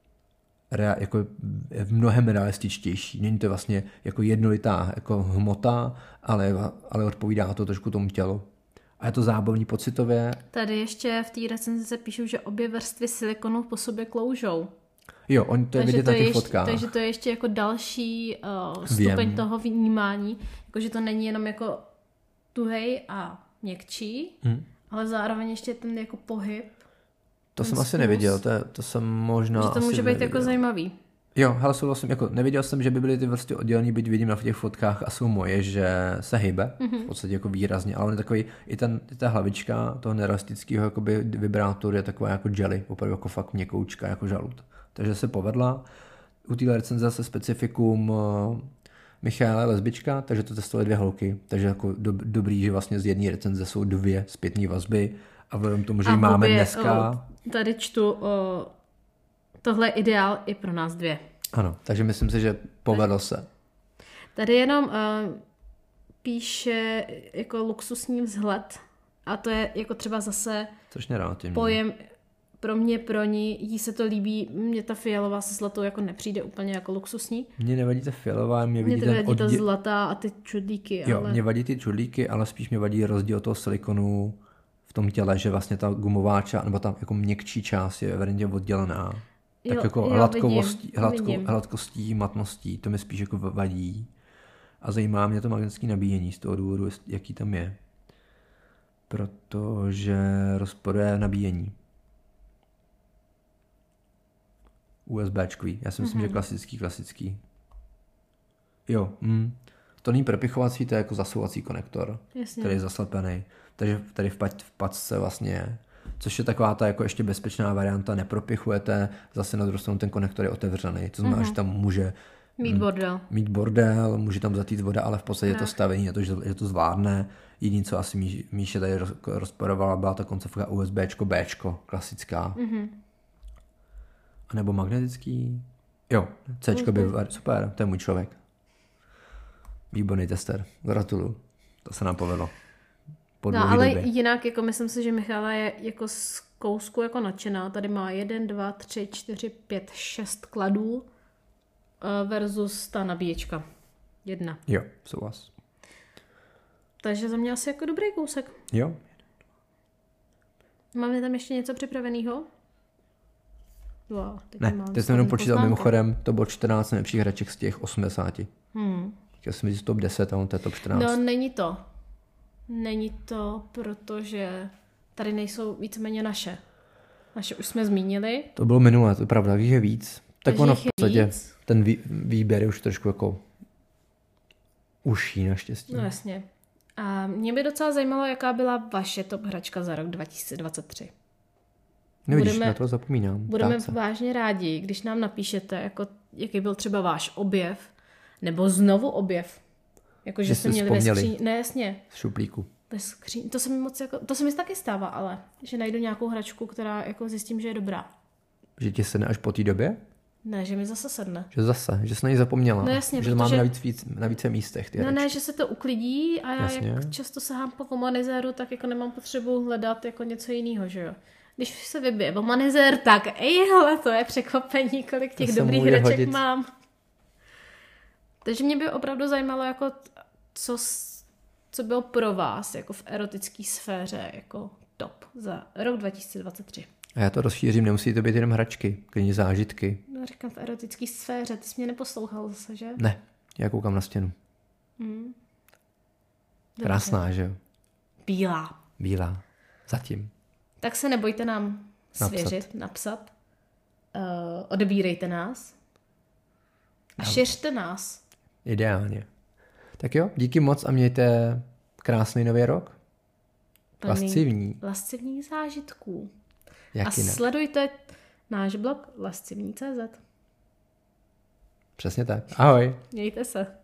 rea, jako v mnohem realističtější. Není to vlastně jako jednolitá jako hmota, ale, ale odpovídá to trošku tomu tělu. A je to zábavní pocitově. Tady ještě v té recenzi se píšou, že obě vrstvy silikonu po sobě kloužou. Jo, on to je vidět na těch ještě, fotkách. Takže to je ještě jako další uh, stupeň Vím. toho vnímání. Jakože to není jenom jako tuhej a měkčí, hmm. ale zároveň ještě ten jako pohyb. To jsem asi neviděl, to, je, to jsem možná Že to asi může být neviděl. jako zajímavý. Jo, hele, souhlasím, jako neviděl jsem, že by byly ty vrsty oddělený, byť vidím na těch fotkách a jsou moje, že se hýbe, mm-hmm. v podstatě jako výrazně, ale on je takový, i, ten, i ta hlavička toho nerealistického jakoby vibrátoru je taková jako jelly, opravdu jako fakt měkoučka, jako žalud. Takže se povedla. U téhle recenze se specifikum uh, Michaela lesbička, takže to testovaly dvě holky, takže jako do, dobrý, že vlastně z jedné recenze jsou dvě zpětné vazby a vzhledem tomu, že ji máme obě, dneska. O, tady čtu o tohle je ideál i pro nás dvě. Ano, takže myslím si, že povedlo se. Tady jenom uh, píše jako luxusní vzhled a to je jako třeba zase pojem pro mě, pro ní, jí se to líbí, mně ta fialová se zlatou jako nepřijde úplně jako luxusní. Mně nevadí ta fialová, mě vidí ten ten vadí oddě... ta zlatá a ty čudlíky. Jo, ale... mě vadí ty čudlíky, ale spíš mě vadí rozdíl toho silikonu v tom těle, že vlastně ta gumová část, nebo ta jako měkčí část je evidentně oddělená. Tak jo, jako jo, hladkovostí, vidím, hladko, vidím. hladkostí, matností, to mi spíš jako vadí. A zajímá mě to magnetické nabíjení z toho důvodu, jaký tam je. Protože rozporuje nabíjení. USBčkový. Já si myslím, mm-hmm. že klasický, klasický. Jo, mm. to není prepichovací, to je jako zasouvací konektor, Jasně. který je zaslepený. Takže tady v, v pacce vlastně Což je taková ta jako ještě bezpečná varianta, nepropichujete, zase na druhou stranu ten konektor je otevřený, to znamená, mm-hmm. že tam může mít bordel. Mít bordel, může tam zatít voda, ale v podstatě je to stavení, je to, že, že to zvládne. Jediné, co asi Míš, Míše tady roz, rozporovala, byla ta koncovka USBčko, Bčko, klasická. Mm-hmm. A nebo magnetický. Jo, Cčko by, super, to je můj člověk. Výborný tester, gratuluju. To se nám povedlo. No, ale době. Jinak, jako myslím si, že Michala je jako z kousku jako nadšená. Tady má jeden, dva, tři, čtyři, pět, šest kladů versus ta nabíječka. Jedna. Jo, souhlas. Takže za mě asi jako dobrý kousek. Jo. Máme tam ještě něco připraveného? Wow, ne, teď jsem jenom počítal poznámky. Mimochodem, to bylo čtrnáct nejlepších hraček z těch osmdesáti. Hmm. Já jsem říct top deset a on to je top čtrnáct. No, není to. Není to, protože tady nejsou víceméně naše. Naše už jsme zmínili. To bylo minulé, to je pravda, je víc. Tak takže ono v podstatě, víc. Ten vý, výběr je už trošku jako uší naštěstí. No jasně. A mě by docela zajímalo, jaká byla vaše top hračka za rok dva tisíce dvacet tři. Nevidíš, budeme, na to zapomínám. Budeme vážně rádi, když nám napíšete, jako, jaký byl třeba váš objev, nebo znovu objev. Jako, že jste měli ve skříni. Ne, jasně. Z šuplíku. Ve skříni. To se mi moc jako, to se mi taky stává, ale že najdu nějakou hračku, která jako zjistím, že je dobrá. Že ti sedne až po té době? Ne, že mi zase sedne. Že zase, že jsi na ní zapomněla. No jasně, že to máme na, víc, víc, na více místech. Ty no hračky. Ne, že se to uklidí a já jasně. Jak často sahám po womanizéru, tak jako nemám potřebu hledat jako něco jiného, že jo. Když se vybije womanizér, tak ej, hele, to je překvapení, kolik těch dobrých hraček hodit. Mám. Takže mě by opravdu zajímalo, jako co, co bylo pro vás jako v erotické sféře jako top za rok dva tisíce dvacet tři. A já to rozšířím, nemusí to být jenom hračky, klidně zážitky. No říkám v erotické sféře, ty jsi mě neposlouchal zase, že? Ne, já koukám na stěnu. Hmm. Krásná, že jo? Bílá. Bílá, zatím. Tak se nebojte nám svěřit, napsat. napsat. Uh, odebírejte nás. A šiřte nás. Ideálně. Tak jo, díky moc a mějte krásný nový rok. Lascivní. Lascivních zážitků. Jak a jinak? Sledujte náš blog lascivní tečka cé zet. Přesně tak. Ahoj. Mějte se.